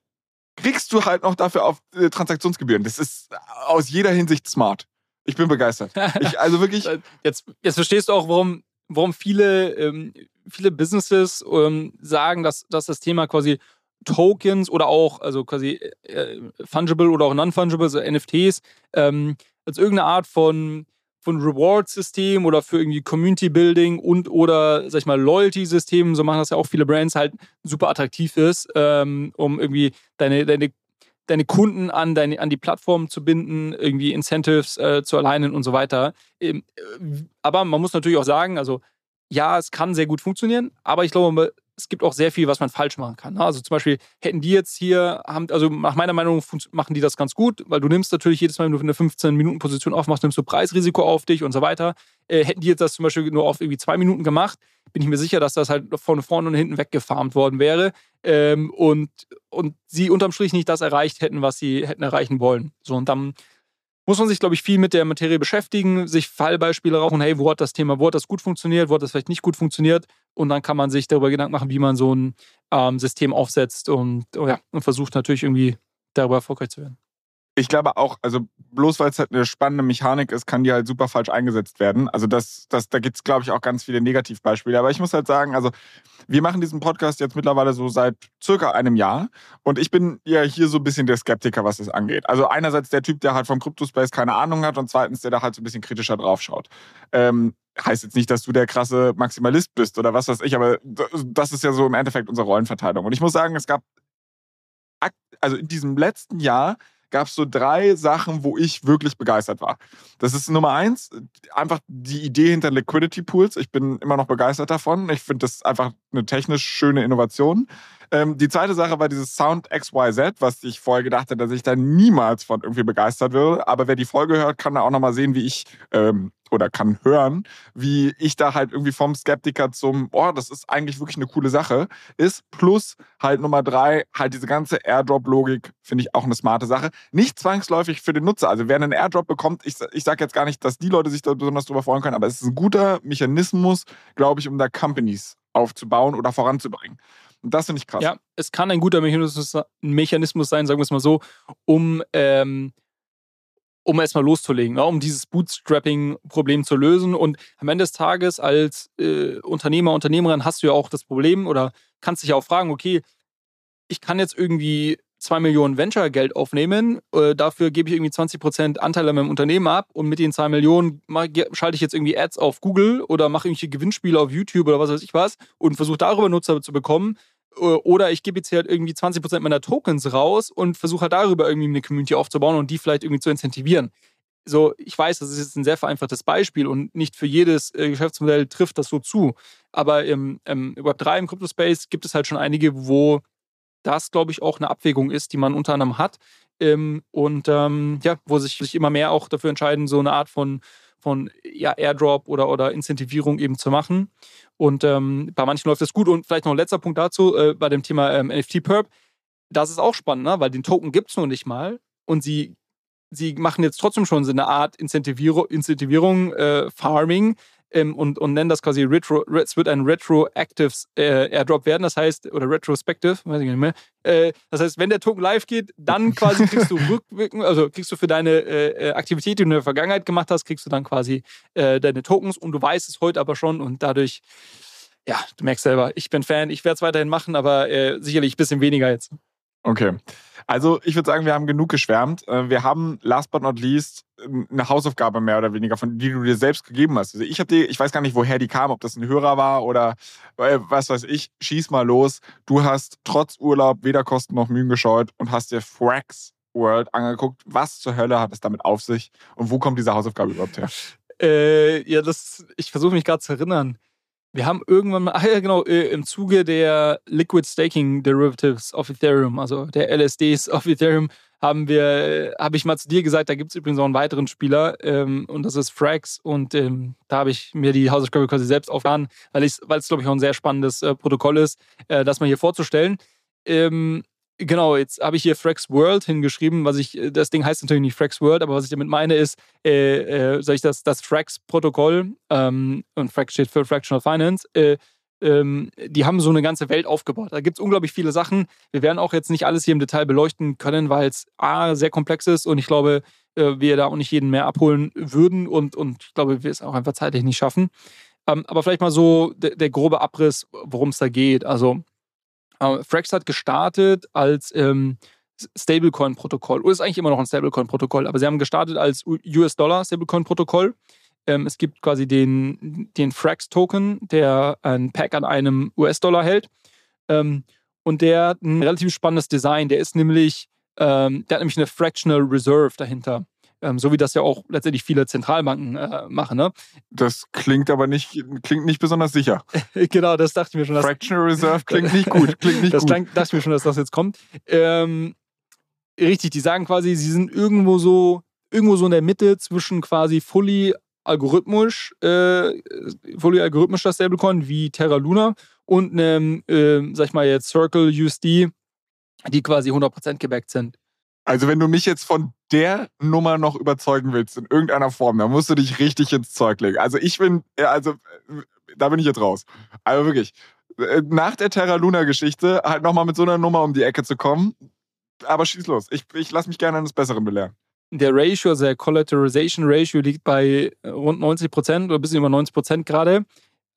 kriegst du halt noch dafür auf äh, Transaktionsgebühren. Das ist aus jeder Hinsicht smart. Ich bin begeistert. Ich, also wirklich. Jetzt, jetzt verstehst du auch, warum, warum viele, ähm, viele Businesses ähm, sagen, dass, dass das Thema quasi Tokens oder auch, also quasi äh, fungible oder auch non-fungible, also N F Ts, ähm, als irgendeine Art von, von Reward-System oder für irgendwie Community-Building und oder, sag ich mal, Loyalty-System, so machen das ja auch viele Brands, halt super attraktiv ist, ähm, um irgendwie deine, deine, deine Kunden an, deine, an die Plattform zu binden, irgendwie Incentives äh, zu alignen und so weiter. Ähm, aber man muss natürlich auch sagen, also ja, es kann sehr gut funktionieren, aber ich glaube, es gibt auch sehr viel, was man falsch machen kann. Also zum Beispiel hätten die jetzt hier, haben, also nach meiner Meinung machen die das ganz gut, weil du nimmst natürlich jedes Mal, wenn du eine fünfzehn-Minuten-Position aufmachst, nimmst du Preisrisiko auf dich und so weiter. Äh, hätten die jetzt das zum Beispiel nur auf irgendwie zwei Minuten gemacht, bin ich mir sicher, dass das halt von vorne und hinten weggefarmt worden wäre ähm, und, und sie unterm Strich nicht das erreicht hätten, was sie hätten erreichen wollen. So, und dann muss man sich, glaube ich, viel mit der Materie beschäftigen, sich Fallbeispiele rauchen, hey, wo hat das Thema, wo hat das gut funktioniert, wo hat das vielleicht nicht gut funktioniert, und dann kann man sich darüber Gedanken machen, wie man so ein ähm, System aufsetzt und, oh ja, und versucht natürlich irgendwie darüber erfolgreich zu werden. Ich glaube auch, also bloß weil es halt eine spannende Mechanik ist, kann die halt super falsch eingesetzt werden. Also das, das, da gibt es, glaube ich, auch ganz viele Negativbeispiele. Aber ich muss halt sagen, also wir machen diesen Podcast jetzt mittlerweile so seit circa einem Jahr. Und ich bin ja hier so ein bisschen der Skeptiker, was das angeht. Also einerseits der Typ, der halt vom Crypto-Space keine Ahnung hat, und zweitens der da halt so ein bisschen kritischer draufschaut. Ähm, heißt jetzt nicht, dass du der krasse Maximalist bist oder was weiß ich, aber das ist ja so im Endeffekt unsere Rollenverteilung. Und ich muss sagen, es gab, also in diesem letzten Jahr gab es so drei Sachen, wo ich wirklich begeistert war. Das ist Nummer eins, einfach die Idee hinter Liquidity Pools. Ich bin immer noch begeistert davon. Ich finde das einfach eine technisch schöne Innovation. Ähm, die zweite Sache war dieses Sound X Y Z, was ich vorher gedacht hätte, dass ich da niemals von irgendwie begeistert würde. Aber wer die Folge hört, kann da auch nochmal sehen, wie ich, ähm, oder kann hören, wie ich da halt irgendwie vom Skeptiker zum, oh, das ist eigentlich wirklich eine coole Sache, ist. Plus halt Nummer drei, halt diese ganze Airdrop-Logik, finde ich auch eine smarte Sache. Nicht zwangsläufig für den Nutzer. Also wer einen Airdrop bekommt, ich, ich sage jetzt gar nicht, dass die Leute sich da besonders drüber freuen können, aber es ist ein guter Mechanismus, glaube ich, um da Companies aufzubauen oder voranzubringen. Und das finde ich krass. Ja, es kann ein guter Mechanismus, Mechanismus sein, sagen wir es mal so, um, ähm, um erstmal loszulegen, ne? Um dieses Bootstrapping-Problem zu lösen. Und am Ende des Tages als äh, Unternehmer, Unternehmerin hast du ja auch das Problem oder kannst dich auch fragen, okay, ich kann jetzt irgendwie zwei Millionen Venture-Geld aufnehmen, äh, dafür gebe ich irgendwie zwanzig Prozent Anteil an meinem Unternehmen ab und mit den zwei Millionen mach, schalte ich jetzt irgendwie Ads auf Google oder mache irgendwelche Gewinnspiele auf YouTube oder was weiß ich was und versuche darüber Nutzer zu bekommen. Oder ich gebe jetzt hier halt irgendwie zwanzig Prozent meiner Tokens raus und versuche halt darüber irgendwie eine Community aufzubauen und die vielleicht irgendwie zu incentivieren. So, ich weiß, das ist jetzt ein sehr vereinfachtes Beispiel und nicht für jedes äh, Geschäftsmodell trifft das so zu. Aber im, im Web drei, im Crypto-Space gibt es halt schon einige, wo das, glaube ich, auch eine Abwägung ist, die man unter anderem hat. Ähm, und ähm, ja, wo sich, sich immer mehr auch dafür entscheiden, so eine Art von, von ja, Airdrop oder, oder Incentivierung eben zu machen. Und ähm, bei manchen läuft das gut. Und vielleicht noch ein letzter Punkt dazu, äh, bei dem Thema ähm, N F T-Perp. Das ist auch spannend, ne? Weil den Token gibt es noch nicht mal. Und sie, sie machen jetzt trotzdem schon so eine Art Incentivierung, Incentivierung äh, Farming, ähm, und, und nennen das quasi Retro, es wird ein Retroactive äh, Airdrop werden, das heißt, oder Retrospective, weiß ich nicht mehr. Äh, das heißt, wenn der Token live geht, dann quasi kriegst du rückwirkend, also kriegst du für deine äh, Aktivität, die du in der Vergangenheit gemacht hast, kriegst du dann quasi äh, deine Tokens und du weißt es heute aber schon und dadurch, ja, du merkst selber, ich bin Fan, ich werde es weiterhin machen, aber äh, sicherlich ein bisschen weniger jetzt. Okay. Also ich würde sagen, wir haben genug geschwärmt. Wir haben last but not least eine Hausaufgabe mehr oder weniger, von die du dir selbst gegeben hast. Also ich habe die, ich weiß gar nicht, woher die kam, ob das ein Hörer war oder äh, was weiß ich. Schieß mal los. Du hast trotz Urlaub weder Kosten noch Mühen gescheut und hast dir Frax World angeguckt. Was zur Hölle hat es damit auf sich und wo kommt diese Hausaufgabe überhaupt her? Äh, ja, das, ich versuche mich gerade zu erinnern. Wir haben irgendwann mal, ach ja genau, im Zuge der Liquid Staking Derivatives of Ethereum, also der L S Ds of Ethereum, haben wir, habe ich mal zu dir gesagt, da gibt es übrigens auch einen weiteren Spieler ähm, und das ist Frax und ähm, da habe ich mir die Hausaufgabe quasi selbst aufgeladen, weil es, weil es glaube ich auch ein sehr spannendes äh, Protokoll ist, äh, das mal hier vorzustellen. Ähm, Genau, jetzt habe ich hier Frax World hingeschrieben, was ich, das Ding heißt natürlich nicht Frax World, aber was ich damit meine ist, äh, äh, soll ich das, das Frax-Protokoll, ähm, und Frax steht für Fractional Finance, äh, ähm, die haben so eine ganze Welt aufgebaut. Da gibt es unglaublich viele Sachen. Wir werden auch jetzt nicht alles hier im Detail beleuchten können, weil es A, sehr komplex ist und ich glaube, äh, wir da auch nicht jeden mehr abholen würden und, und ich glaube, wir es auch einfach zeitlich nicht schaffen. Ähm, aber vielleicht mal so der, der grobe Abriss, worum es da geht. Also Frax hat gestartet als ähm, Stablecoin-Protokoll. Oder ist eigentlich immer noch ein Stablecoin-Protokoll, aber sie haben gestartet als U S-Dollar-Stablecoin-Protokoll. Ähm, es gibt quasi den, den Frax-Token, der ein Pack an einem U S-Dollar hält. Ähm, und der hat ein relativ spannendes Design. Der ist nämlich, ähm, der hat nämlich eine Fractional Reserve dahinter. Ähm, so wie das ja auch letztendlich viele Zentralbanken äh, machen. Ne? Das klingt aber nicht, klingt nicht besonders sicher. Genau, das dachte ich mir schon. Dass, Fractional Reserve klingt nicht gut. Klingt nicht das gut. Klang, dachte ich mir schon, dass das jetzt kommt. Ähm, richtig, die sagen quasi, sie sind irgendwo so, irgendwo so in der Mitte zwischen quasi fully algorithmisch, äh, fully algorithmischer Stablecoin wie Terra Luna und einem, äh, sag ich mal jetzt, Circle U S D, die quasi hundert Prozent gebackt sind. Also wenn du mich jetzt von der Nummer noch überzeugen willst, in irgendeiner Form, dann musst du dich richtig ins Zeug legen. Also ich bin, also da bin ich jetzt raus. Also wirklich, nach der Terra Luna-Geschichte halt nochmal mit so einer Nummer um die Ecke zu kommen, aber schieß los. Ich, ich lasse mich gerne eines Besseren belehren. Der Ratio, also der Collateralization Ratio liegt bei rund neunzig Prozent oder ein bisschen über neunzig Prozent gerade.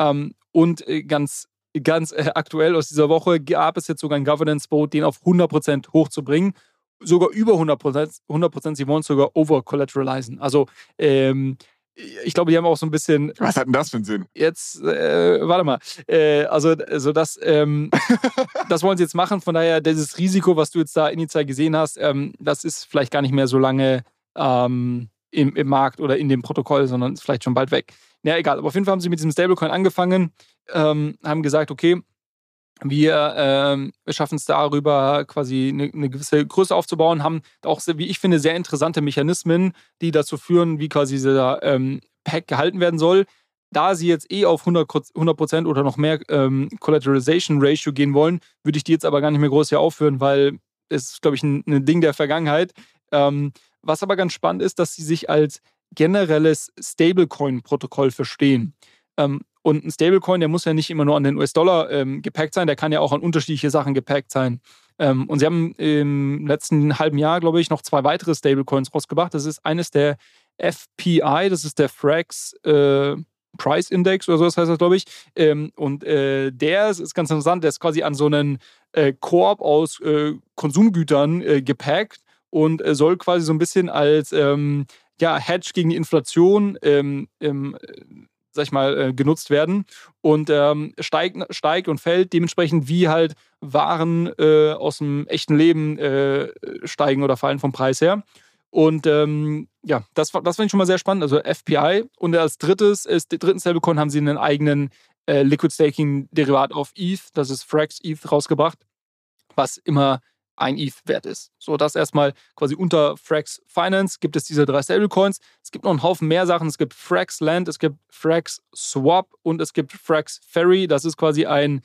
Und ganz ganz aktuell aus dieser Woche gab es jetzt sogar ein Governance-Vote, den auf hundert Prozent hochzubringen. Sogar über hundert Prozent, hundert Prozent, sie wollen es sogar over-collateralisieren. Also, ähm, ich glaube, die haben auch so ein bisschen. Was hat denn das für einen Sinn? Jetzt, äh, warte mal. Äh, also, also das, ähm, das wollen sie jetzt machen. Von daher, dieses Risiko, was du jetzt da initial gesehen hast, ähm, das ist vielleicht gar nicht mehr so lange ähm, im, im Markt oder in dem Protokoll, sondern ist vielleicht schon bald weg. Ja, egal. Aber auf jeden Fall haben sie mit diesem Stablecoin angefangen, ähm, haben gesagt, okay, Wir, ähm, wir schaffen es darüber, quasi eine, eine gewisse Größe aufzubauen, haben auch, wie ich finde, sehr interessante Mechanismen, die dazu führen, wie quasi dieser ähm, Pack gehalten werden soll. Da sie jetzt eh auf hundert Prozent oder noch mehr ähm, Collateralization Ratio gehen wollen, würde ich die jetzt aber gar nicht mehr groß hier aufführen, weil es ist, glaube ich, ein, ein Ding der Vergangenheit. Ähm, was aber ganz spannend ist, dass sie sich als generelles Stablecoin-Protokoll verstehen. Ähm, Und ein Stablecoin, der muss ja nicht immer nur an den U S-Dollar ähm, gepackt sein, der kann ja auch an unterschiedliche Sachen gepackt sein. Ähm, und sie haben im letzten halben Jahr, glaube ich, noch zwei weitere Stablecoins rausgebracht. Das ist eines der F P I, das ist der Frax äh, Price Index oder so, das heißt das, glaube ich. Ähm, und äh, der ist, ist ganz interessant, der ist quasi an so einen äh, Korb aus äh, Konsumgütern äh, gepackt und äh, soll quasi so ein bisschen als ähm, ja, Hedge gegen die Inflation ähm, ähm, sag ich mal, genutzt werden und ähm, steigt, steigt und fällt dementsprechend, wie halt Waren äh, aus dem echten Leben äh, steigen oder fallen vom Preis her. Und ähm, ja, das, das finde ich schon mal sehr spannend, also F P I. Und als drittes, ist, dritten Stablecoin haben sie einen eigenen äh, Liquid Staking Derivat auf E T H, das ist Frax E T H rausgebracht, was immer ein E T H-Wert ist. So, das erstmal quasi unter Frax Finance gibt es diese drei Stablecoins. Es gibt noch einen Haufen mehr Sachen. Es gibt Frax Land, es gibt Frax Swap und es gibt Frax Ferry. Das ist quasi ein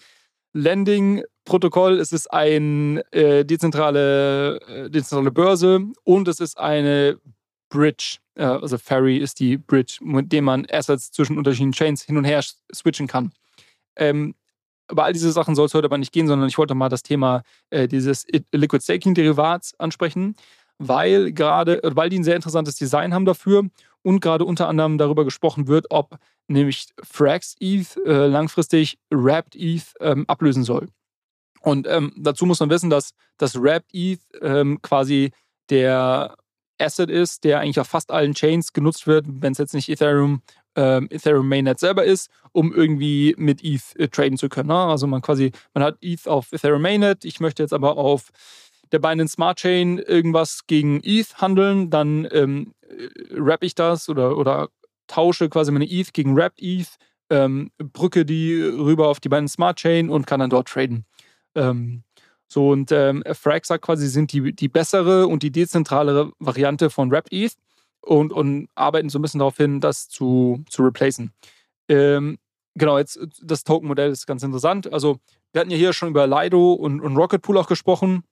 Lending-Protokoll. Es ist eine äh, dezentrale, äh, dezentrale Börse und es ist eine Bridge. Äh, also Ferry ist die Bridge, mit dem man Assets zwischen unterschiedlichen Chains hin und her switchen kann. Ähm, Über all diese Sachen soll es heute aber nicht gehen, sondern ich wollte mal das Thema äh, dieses Liquid Staking Derivats ansprechen, weil gerade, weil die ein sehr interessantes Design haben dafür und gerade unter anderem darüber gesprochen wird, ob nämlich Frax E T H äh, langfristig Wrapped E T H ähm, ablösen soll. Und ähm, dazu muss man wissen, dass das Wrapped E T H ähm, quasi der Asset ist, der eigentlich auf fast allen Chains genutzt wird, wenn es jetzt nicht Ethereum, ähm, Ethereum Mainnet selber ist, um irgendwie mit E T H äh, traden zu können. Ne? Also man quasi, man hat E T H auf Ethereum Mainnet, ich möchte jetzt aber auf der Binance Smart Chain irgendwas gegen E T H handeln, dann ähm, wrap ich das oder, oder tausche quasi meine E T H gegen Wrapped E T H, ähm, brücke die rüber auf die Binance Smart Chain und kann dann dort traden. Ähm, so und ähm, Frax sagt quasi, sie sind die, die bessere und die dezentralere Variante von Wrapped E T H und, und arbeiten so ein bisschen darauf hin, das zu, zu replacen. Ähm, genau, jetzt das Token-Modell ist ganz interessant. Also wir hatten ja hier schon über Lido und, und Rocket Pool auch gesprochen,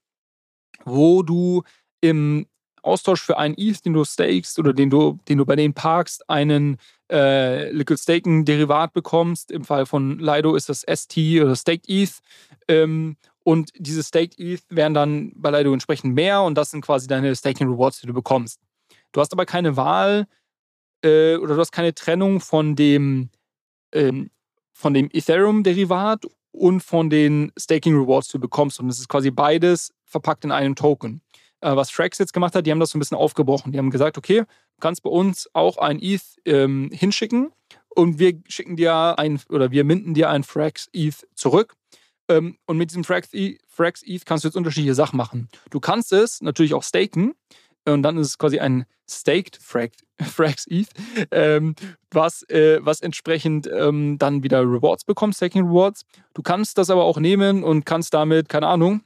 wo du im Austausch für einen E T H, den du stakest oder den du, den du bei denen parkst, einen äh, Liquid Staking Derivat bekommst. Im Fall von Lido ist das S T oder Staked E T H. Ähm, und diese Staked E T H werden dann bei Lido entsprechend mehr und das sind quasi deine Staking Rewards, die du bekommst. Du hast aber keine Wahl äh, oder du hast keine Trennung von dem, ähm, von dem Ethereum Derivat und von den Staking Rewards, die du bekommst. Und es ist quasi beides verpackt in einem Token. Äh, was Frax jetzt gemacht hat, die haben das so ein bisschen aufgebrochen. Die haben gesagt, okay, du kannst bei uns auch ein E T H ähm, hinschicken und wir schicken dir ein, oder wir minden dir ein Frax E T H zurück. Ähm, und mit diesem Frax E T H kannst du jetzt unterschiedliche Sachen machen. Du kannst es natürlich auch staken und dann ist es quasi ein Staked Frax, Frax E T H, ähm, was, äh, was entsprechend ähm, dann wieder Rewards bekommt, Staking Rewards. Du kannst das aber auch nehmen und kannst damit, keine Ahnung,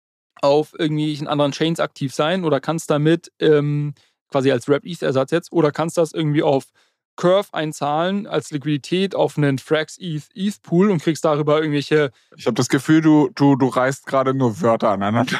auf irgendwelchen anderen Chains aktiv sein oder kannst damit ähm, quasi als Wrapped E T H-Ersatz jetzt oder kannst das irgendwie auf Curve einzahlen als Liquidität auf einen Frax E T H E T H-Pool und kriegst darüber irgendwelche... Ich habe das Gefühl, du, du, du reißt gerade nur Wörter aneinander.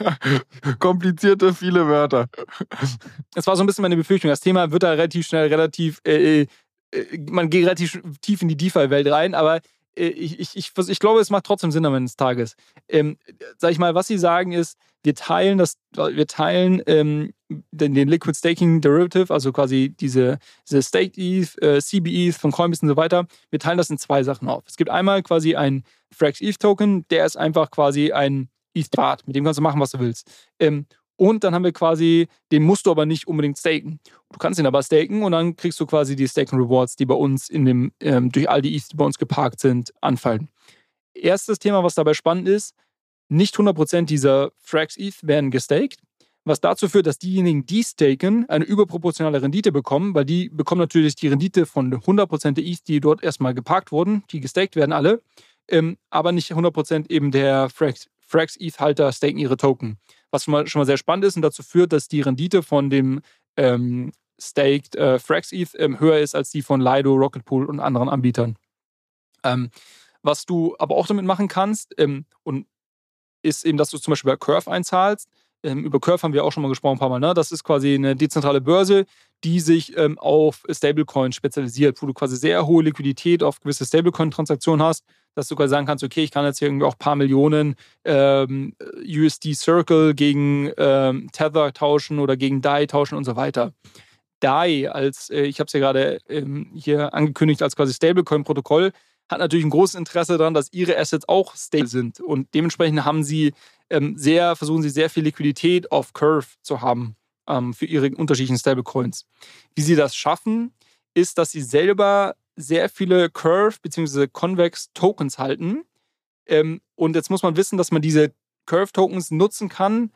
Komplizierte, viele Wörter. Das war so ein bisschen meine Befürchtung. Das Thema wird da relativ schnell relativ... Äh, äh, man geht relativ tief in die DeFi-Welt rein, aber Ich, ich, ich, ich glaube, es macht trotzdem Sinn am Ende des Tages. Ähm, sag ich mal, was sie sagen ist, wir teilen das, wir teilen ähm, den, den Liquid Staking Derivative, also quasi diese, diese Staked E T H, äh, C B E T H von Coinbase und so weiter, wir teilen das in zwei Sachen auf. Es gibt einmal quasi ein Frax E T H Token, der ist einfach quasi ein E T H-Derivat, mit dem kannst du machen, was du willst. Ähm, Und dann haben wir quasi, den musst du aber nicht unbedingt staken. Du kannst ihn aber staken und dann kriegst du quasi die Staking Rewards, die bei uns in dem, ähm, durch all die E T H, die bei uns geparkt sind, anfallen. Erstes Thema, was dabei spannend ist, nicht hundert Prozent dieser Frax E T H werden gestaked, was dazu führt, dass diejenigen, die staken, eine überproportionale Rendite bekommen, weil die bekommen natürlich die Rendite von hundert Prozent der E T H, die dort erstmal geparkt wurden, die gestaked werden alle, ähm, aber nicht hundert Prozent eben der Frax, Frax E T H-Halter staken ihre Token. Was schon mal, schon mal sehr spannend ist und dazu führt, dass die Rendite von dem ähm, Staked äh, Frax E T H ähm, höher ist als die von Lido, Rocket Pool und anderen Anbietern. Ähm, was du aber auch damit machen kannst, ähm, und ist eben, dass du zum Beispiel bei Curve einzahlst. Ähm, über Curve haben wir auch schon mal gesprochen, ein paar Mal. Ne? Das ist quasi eine dezentrale Börse, die sich ähm, auf Stablecoins spezialisiert, wo du quasi sehr hohe Liquidität auf gewisse Stablecoin-Transaktionen hast, dass du quasi sagen kannst, okay, ich kann jetzt hier irgendwie auch ein paar Millionen ähm, U S D Circle gegen ähm, Tether tauschen oder gegen D A I tauschen und so weiter. D A I, als, äh, ich habe es ja gerade ähm, hier angekündigt, als quasi Stablecoin-Protokoll, hat natürlich ein großes Interesse daran, dass ihre Assets auch stable sind. Und dementsprechend haben sie ähm, sehr, versuchen sie sehr viel Liquidität auf Curve zu haben ähm, für ihre unterschiedlichen Stablecoins. Wie sie das schaffen, ist, dass sie selber sehr viele Curve- bzw. Convex-Tokens halten. Ähm, und jetzt muss man wissen, dass man diese Curve-Tokens nutzen kann,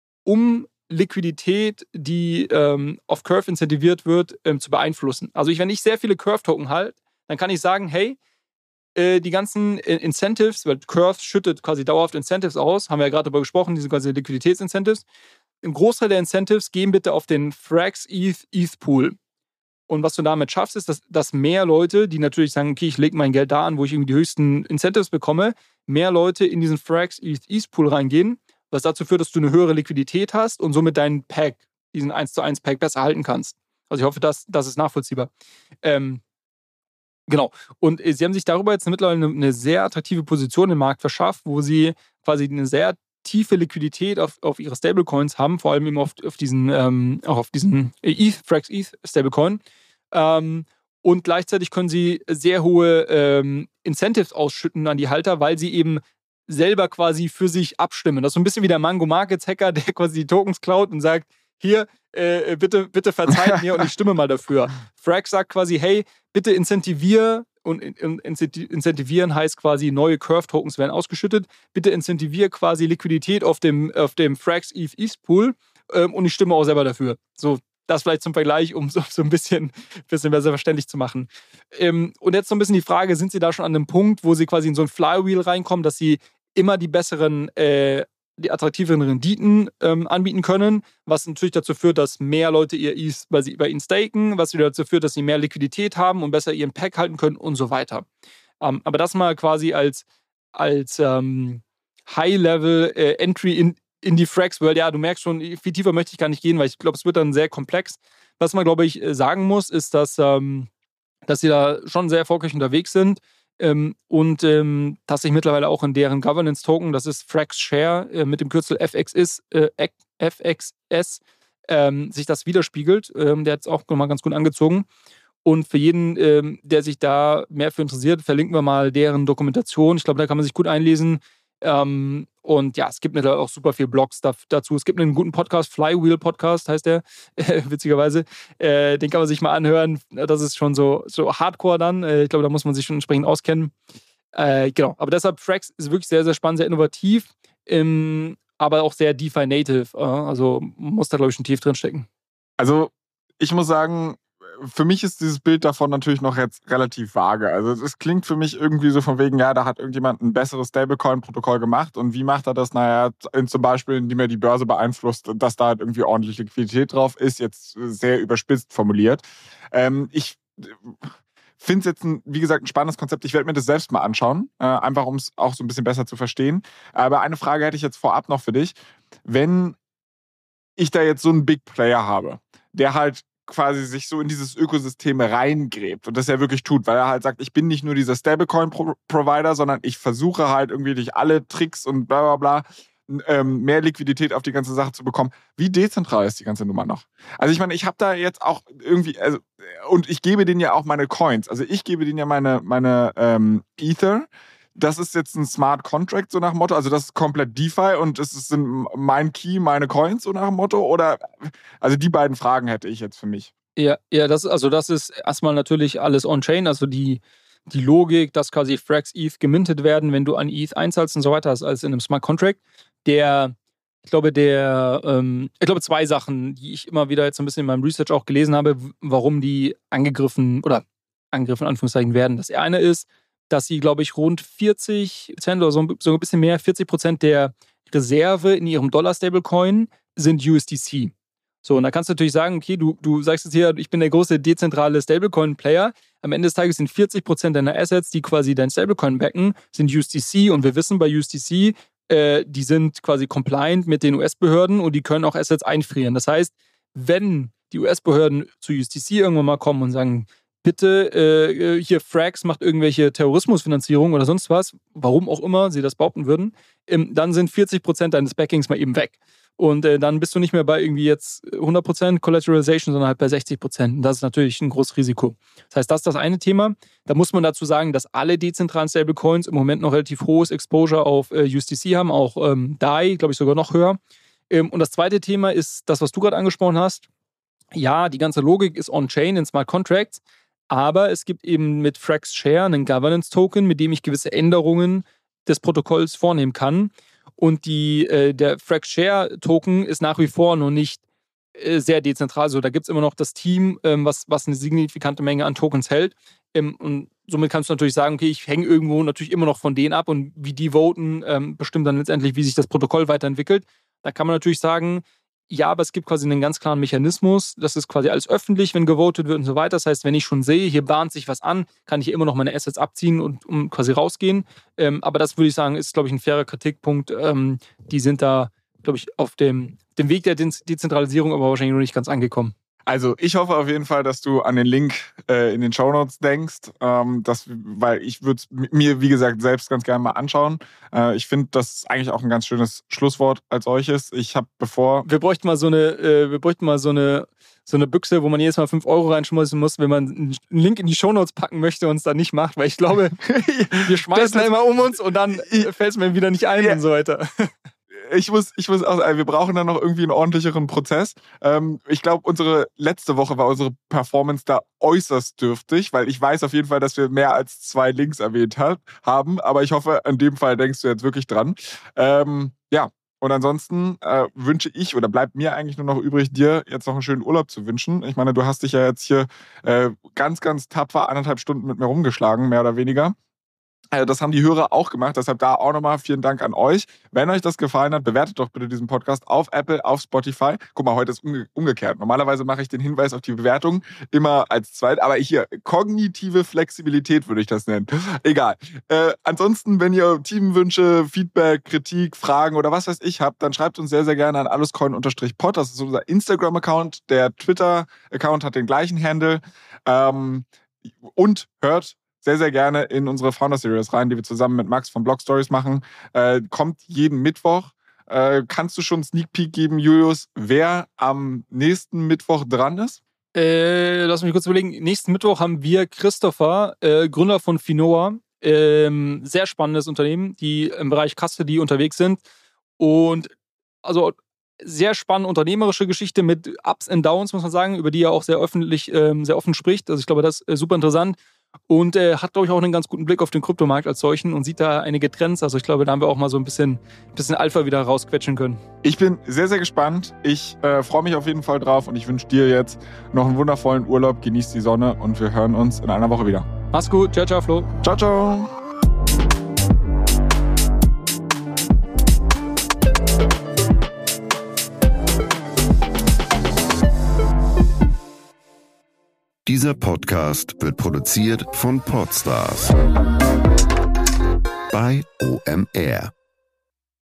um Liquidität, die ähm, auf Curve incentiviert wird, ähm, zu beeinflussen. Also ich, wenn ich sehr viele Curve-Token halte, dann kann ich sagen, hey, äh, die ganzen äh, Incentives, weil Curve schüttet quasi dauerhaft Incentives aus, haben wir ja gerade darüber gesprochen, diese ganzen Liquiditätsincentives. Ein Großteil der Incentives gehen bitte auf den Frax E T H E T H Pool. Und was du damit schaffst, ist, dass, dass mehr Leute, die natürlich sagen, okay, ich lege mein Geld da an, wo ich irgendwie die höchsten Incentives bekomme, mehr Leute in diesen Frax E T H E T H Pool reingehen, was dazu führt, dass du eine höhere Liquidität hast und somit deinen Pack, diesen eins zu eins Pack besser halten kannst. Also ich hoffe, das, das ist nachvollziehbar. Ähm, genau. Und äh, sie haben sich darüber jetzt mittlerweile eine, eine sehr attraktive Position im Markt verschafft, wo sie quasi eine sehr tiefe Liquidität auf, auf ihre Stablecoins haben, vor allem eben auf, auf diesen, ähm, auch auf diesen E T H, Frax E T H Stablecoin. Ähm, und gleichzeitig können sie sehr hohe ähm, Incentives ausschütten an die Halter, weil sie eben selber quasi für sich abstimmen. Das ist so ein bisschen wie der Mango Markets Hacker, der quasi die Tokens klaut und sagt, hier, äh, bitte, bitte verzeiht mir und ich stimme mal dafür. Frax sagt quasi, hey, bitte incentivier, und incentivieren heißt quasi, neue Curve-Tokens werden ausgeschüttet, bitte incentivier quasi Liquidität auf dem, auf dem Frax E T H East Pool ähm, und ich stimme auch selber dafür. So, das vielleicht zum Vergleich, um so, so ein bisschen, bisschen besser verständlich zu machen. Ähm, und jetzt so ein bisschen die Frage, sind Sie da schon an einem Punkt, wo Sie quasi in so ein Flywheel reinkommen, dass Sie immer die besseren, äh, die attraktiveren Renditen ähm, anbieten können, was natürlich dazu führt, dass mehr Leute ihr E T H bei, sie, bei Ihnen staken, was wieder dazu führt, dass Sie mehr Liquidität haben und besser Ihren Pack halten können und so weiter. Ähm, aber das mal quasi als, als ähm, High-Level-Entry äh, in, in die Frax-World. Ja, du merkst schon, viel tiefer möchte ich gar nicht gehen, weil ich glaube, es wird dann sehr komplex. Was man, glaube ich, sagen muss, ist, dass, ähm, dass Sie da schon sehr erfolgreich unterwegs sind. Ähm, und ähm, dass sich mittlerweile auch in deren Governance-Token, das ist Frax Share äh, mit dem Kürzel F X S, äh, F X S, ähm, sich das widerspiegelt. Ähm, der hat es auch nochmal ganz gut angezogen. Und für jeden, ähm, der sich da mehr für interessiert, verlinken wir mal deren Dokumentation. Ich glaube, da kann man sich gut einlesen. Ähm, und ja, es gibt mittlerweile auch super viele Blogs da, dazu. Es gibt einen guten Podcast, Flywheel Podcast heißt der, äh, witzigerweise. Äh, den kann man sich mal anhören. Das ist schon so, so Hardcore dann. Äh, ich glaube, da muss man sich schon entsprechend auskennen. Äh, genau, aber deshalb, Frax ist wirklich sehr, sehr spannend, sehr innovativ, ähm, aber auch sehr DeFi-native. Äh, also muss da, glaube ich, schon tief drin stecken. Also ich muss sagen, für mich ist dieses Bild davon natürlich noch jetzt relativ vage. Also es klingt für mich irgendwie so von wegen, ja, da hat irgendjemand ein besseres Stablecoin-Protokoll gemacht und wie macht er das? Naja, zum Beispiel, indem er die Börse beeinflusst, dass da halt irgendwie ordentlich Liquidität drauf ist, jetzt sehr überspitzt formuliert. Ähm, ich finde es jetzt, ein, wie gesagt, ein spannendes Konzept. Ich werde mir das selbst mal anschauen, äh, einfach um es auch so ein bisschen besser zu verstehen. Aber eine Frage hätte ich jetzt vorab noch für dich. Wenn ich da jetzt so einen Big Player habe, der halt quasi sich so in dieses Ökosystem reingräbt und das ja wirklich tut, weil er halt sagt, ich bin nicht nur dieser Stablecoin-Provider, sondern ich versuche halt irgendwie durch alle Tricks und bla bla bla ähm, mehr Liquidität auf die ganze Sache zu bekommen. Wie dezentral ist die ganze Nummer noch? Also ich meine, ich habe da jetzt auch irgendwie, also, und ich gebe denen ja auch meine Coins, also ich gebe denen ja meine, meine ähm, Ether. Das ist jetzt ein Smart Contract, so nach dem Motto, also das ist komplett DeFi und es ist mein Key, meine Coins, so nach dem Motto, oder, also die beiden Fragen hätte ich jetzt für mich. Ja, ja, das, also das ist erstmal natürlich alles on-chain, also die, die Logik, dass quasi Frax E T H gemintet werden, wenn du an E T H einzahlst und so weiter, ist alles in einem Smart Contract. Der, ich glaube, der, ähm, ich glaube, zwei Sachen, die ich immer wieder jetzt ein bisschen in meinem Research auch gelesen habe, warum die angegriffen oder angegriffen in Anführungszeichen werden. Das eine ist, dass sie, glaube ich, rund vierzig Prozent oder so, so ein bisschen mehr, vierzig Prozent der Reserve in ihrem Dollar-Stablecoin sind U S D C. So, und da kannst du natürlich sagen, okay, du, du sagst jetzt hier, ich bin der große dezentrale Stablecoin-Player. Am Ende des Tages sind vierzig Prozent deiner Assets, die quasi dein Stablecoin backen, sind U S D C. Und wir wissen bei U S D C, äh, die sind quasi compliant mit den U S-Behörden und die können auch Assets einfrieren. Das heißt, wenn die U S-Behörden zu U S D C irgendwann mal kommen und sagen, bitte, äh, hier Frax macht irgendwelche Terrorismusfinanzierung oder sonst was, warum auch immer sie das behaupten würden, ähm, dann sind vierzig Prozent deines Backings mal eben weg. Und äh, dann bist du nicht mehr bei irgendwie jetzt hundert Prozent Collateralization, sondern halt bei sechzig Prozent. Und das ist natürlich ein großes Risiko. Das heißt, das ist das eine Thema. Da muss man dazu sagen, dass alle dezentralen Stablecoins im Moment noch relativ hohes Exposure auf äh, U S D C haben, auch ähm, D A I, glaube ich, sogar noch höher. Ähm, und das zweite Thema ist das, was du gerade angesprochen hast. Ja, die ganze Logik ist on-chain in Smart Contracts. Aber es gibt eben mit Frax Share einen Governance-Token, mit dem ich gewisse Änderungen des Protokolls vornehmen kann. Und die, äh, der Frax Share-Token ist nach wie vor noch nicht äh, sehr dezentral. Also da gibt es immer noch das Team, ähm, was, was eine signifikante Menge an Tokens hält. Ähm, und somit kannst du natürlich sagen, okay, ich hänge irgendwo natürlich immer noch von denen ab und wie die voten, ähm, bestimmt dann letztendlich, wie sich das Protokoll weiterentwickelt. Da kann man natürlich sagen, ja, aber es gibt quasi einen ganz klaren Mechanismus. Das ist quasi alles öffentlich, wenn gewotet wird und so weiter. Das heißt, wenn ich schon sehe, hier bahnt sich was an, kann ich immer noch meine Assets abziehen und um quasi rausgehen. Ähm, aber das würde ich sagen, ist, glaube ich, ein fairer Kritikpunkt. Ähm, die sind da, glaube ich, auf dem, dem Weg der De- Dezentralisierung aber wahrscheinlich noch nicht ganz angekommen. Also ich hoffe auf jeden Fall, dass du an den Link äh, in den Shownotes denkst, ähm, dass, weil ich würde es mir, wie gesagt, selbst ganz gerne mal anschauen. Äh, ich finde, das ist eigentlich auch ein ganz schönes Schlusswort als solches. Ich habe bevor... Wir bräuchten mal so eine, äh, wir bräuchten mal so eine, so eine Büchse, wo man jedes Mal fünf Euro reinschmeißen muss, wenn man einen Link in die Shownotes packen möchte und es dann nicht macht, weil ich glaube, wir schmeißen da immer um uns und dann fällt es mir wieder nicht ein ja. und so weiter. Ich muss, ich muss auch sagen, wir brauchen dann noch irgendwie einen ordentlicheren Prozess. Ähm, ich glaube, unsere letzte Woche war unsere Performance da äußerst dürftig, weil ich weiß auf jeden Fall, dass wir mehr als zwei Links erwähnt hat, haben. Aber ich hoffe, in dem Fall denkst du jetzt wirklich dran. Ähm, ja, und ansonsten äh, wünsche ich, oder bleibt mir eigentlich nur noch übrig, dir jetzt noch einen schönen Urlaub zu wünschen. Ich meine, du hast dich ja jetzt hier äh, ganz, ganz tapfer anderthalb Stunden mit mir rumgeschlagen, mehr oder weniger. Das haben die Hörer auch gemacht, deshalb da auch nochmal vielen Dank an euch. Wenn euch das gefallen hat, bewertet doch bitte diesen Podcast auf Apple, auf Spotify. Guck mal, heute ist umge- umgekehrt. Normalerweise mache ich den Hinweis auf die Bewertung immer als zweit, aber hier, kognitive Flexibilität würde ich das nennen. Egal. Äh, ansonsten, wenn ihr Teamwünsche, Feedback, Kritik, Fragen oder was weiß ich habt, dann schreibt uns sehr, sehr gerne an allescoin-pod. Das ist unser Instagram-Account. Der Twitter-Account hat den gleichen Handle. Ähm, und hört sehr, sehr gerne in unsere Founder-Series rein, die wir zusammen mit Max von Blog Stories machen. Äh, kommt jeden Mittwoch. Äh, kannst du schon einen Sneak Peek geben, Julius, wer am nächsten Mittwoch dran ist? Äh, lass mich kurz überlegen. Nächsten Mittwoch haben wir Christopher, äh, Gründer von Finoa. Ähm, sehr spannendes Unternehmen, die im Bereich Custody unterwegs sind. Und also sehr spannende unternehmerische Geschichte mit Ups and Downs, muss man sagen, über die er auch sehr öffentlich, ähm, sehr offen spricht. Also ich glaube, das ist äh, super interessant. Und äh, hat, glaube ich, auch einen ganz guten Blick auf den Kryptomarkt als solchen und sieht da einige Trends. Also ich glaube, da haben wir auch mal so ein bisschen, bisschen Alpha wieder rausquetschen können. Ich bin sehr, sehr gespannt. Ich äh, freue mich auf jeden Fall drauf und ich wünsche dir jetzt noch einen wundervollen Urlaub. Genieß die Sonne und wir hören uns in einer Woche wieder. Mach's gut. Ciao, ciao, Flo. Ciao, ciao. Dieser Podcast wird produziert von Podstars bei O M R.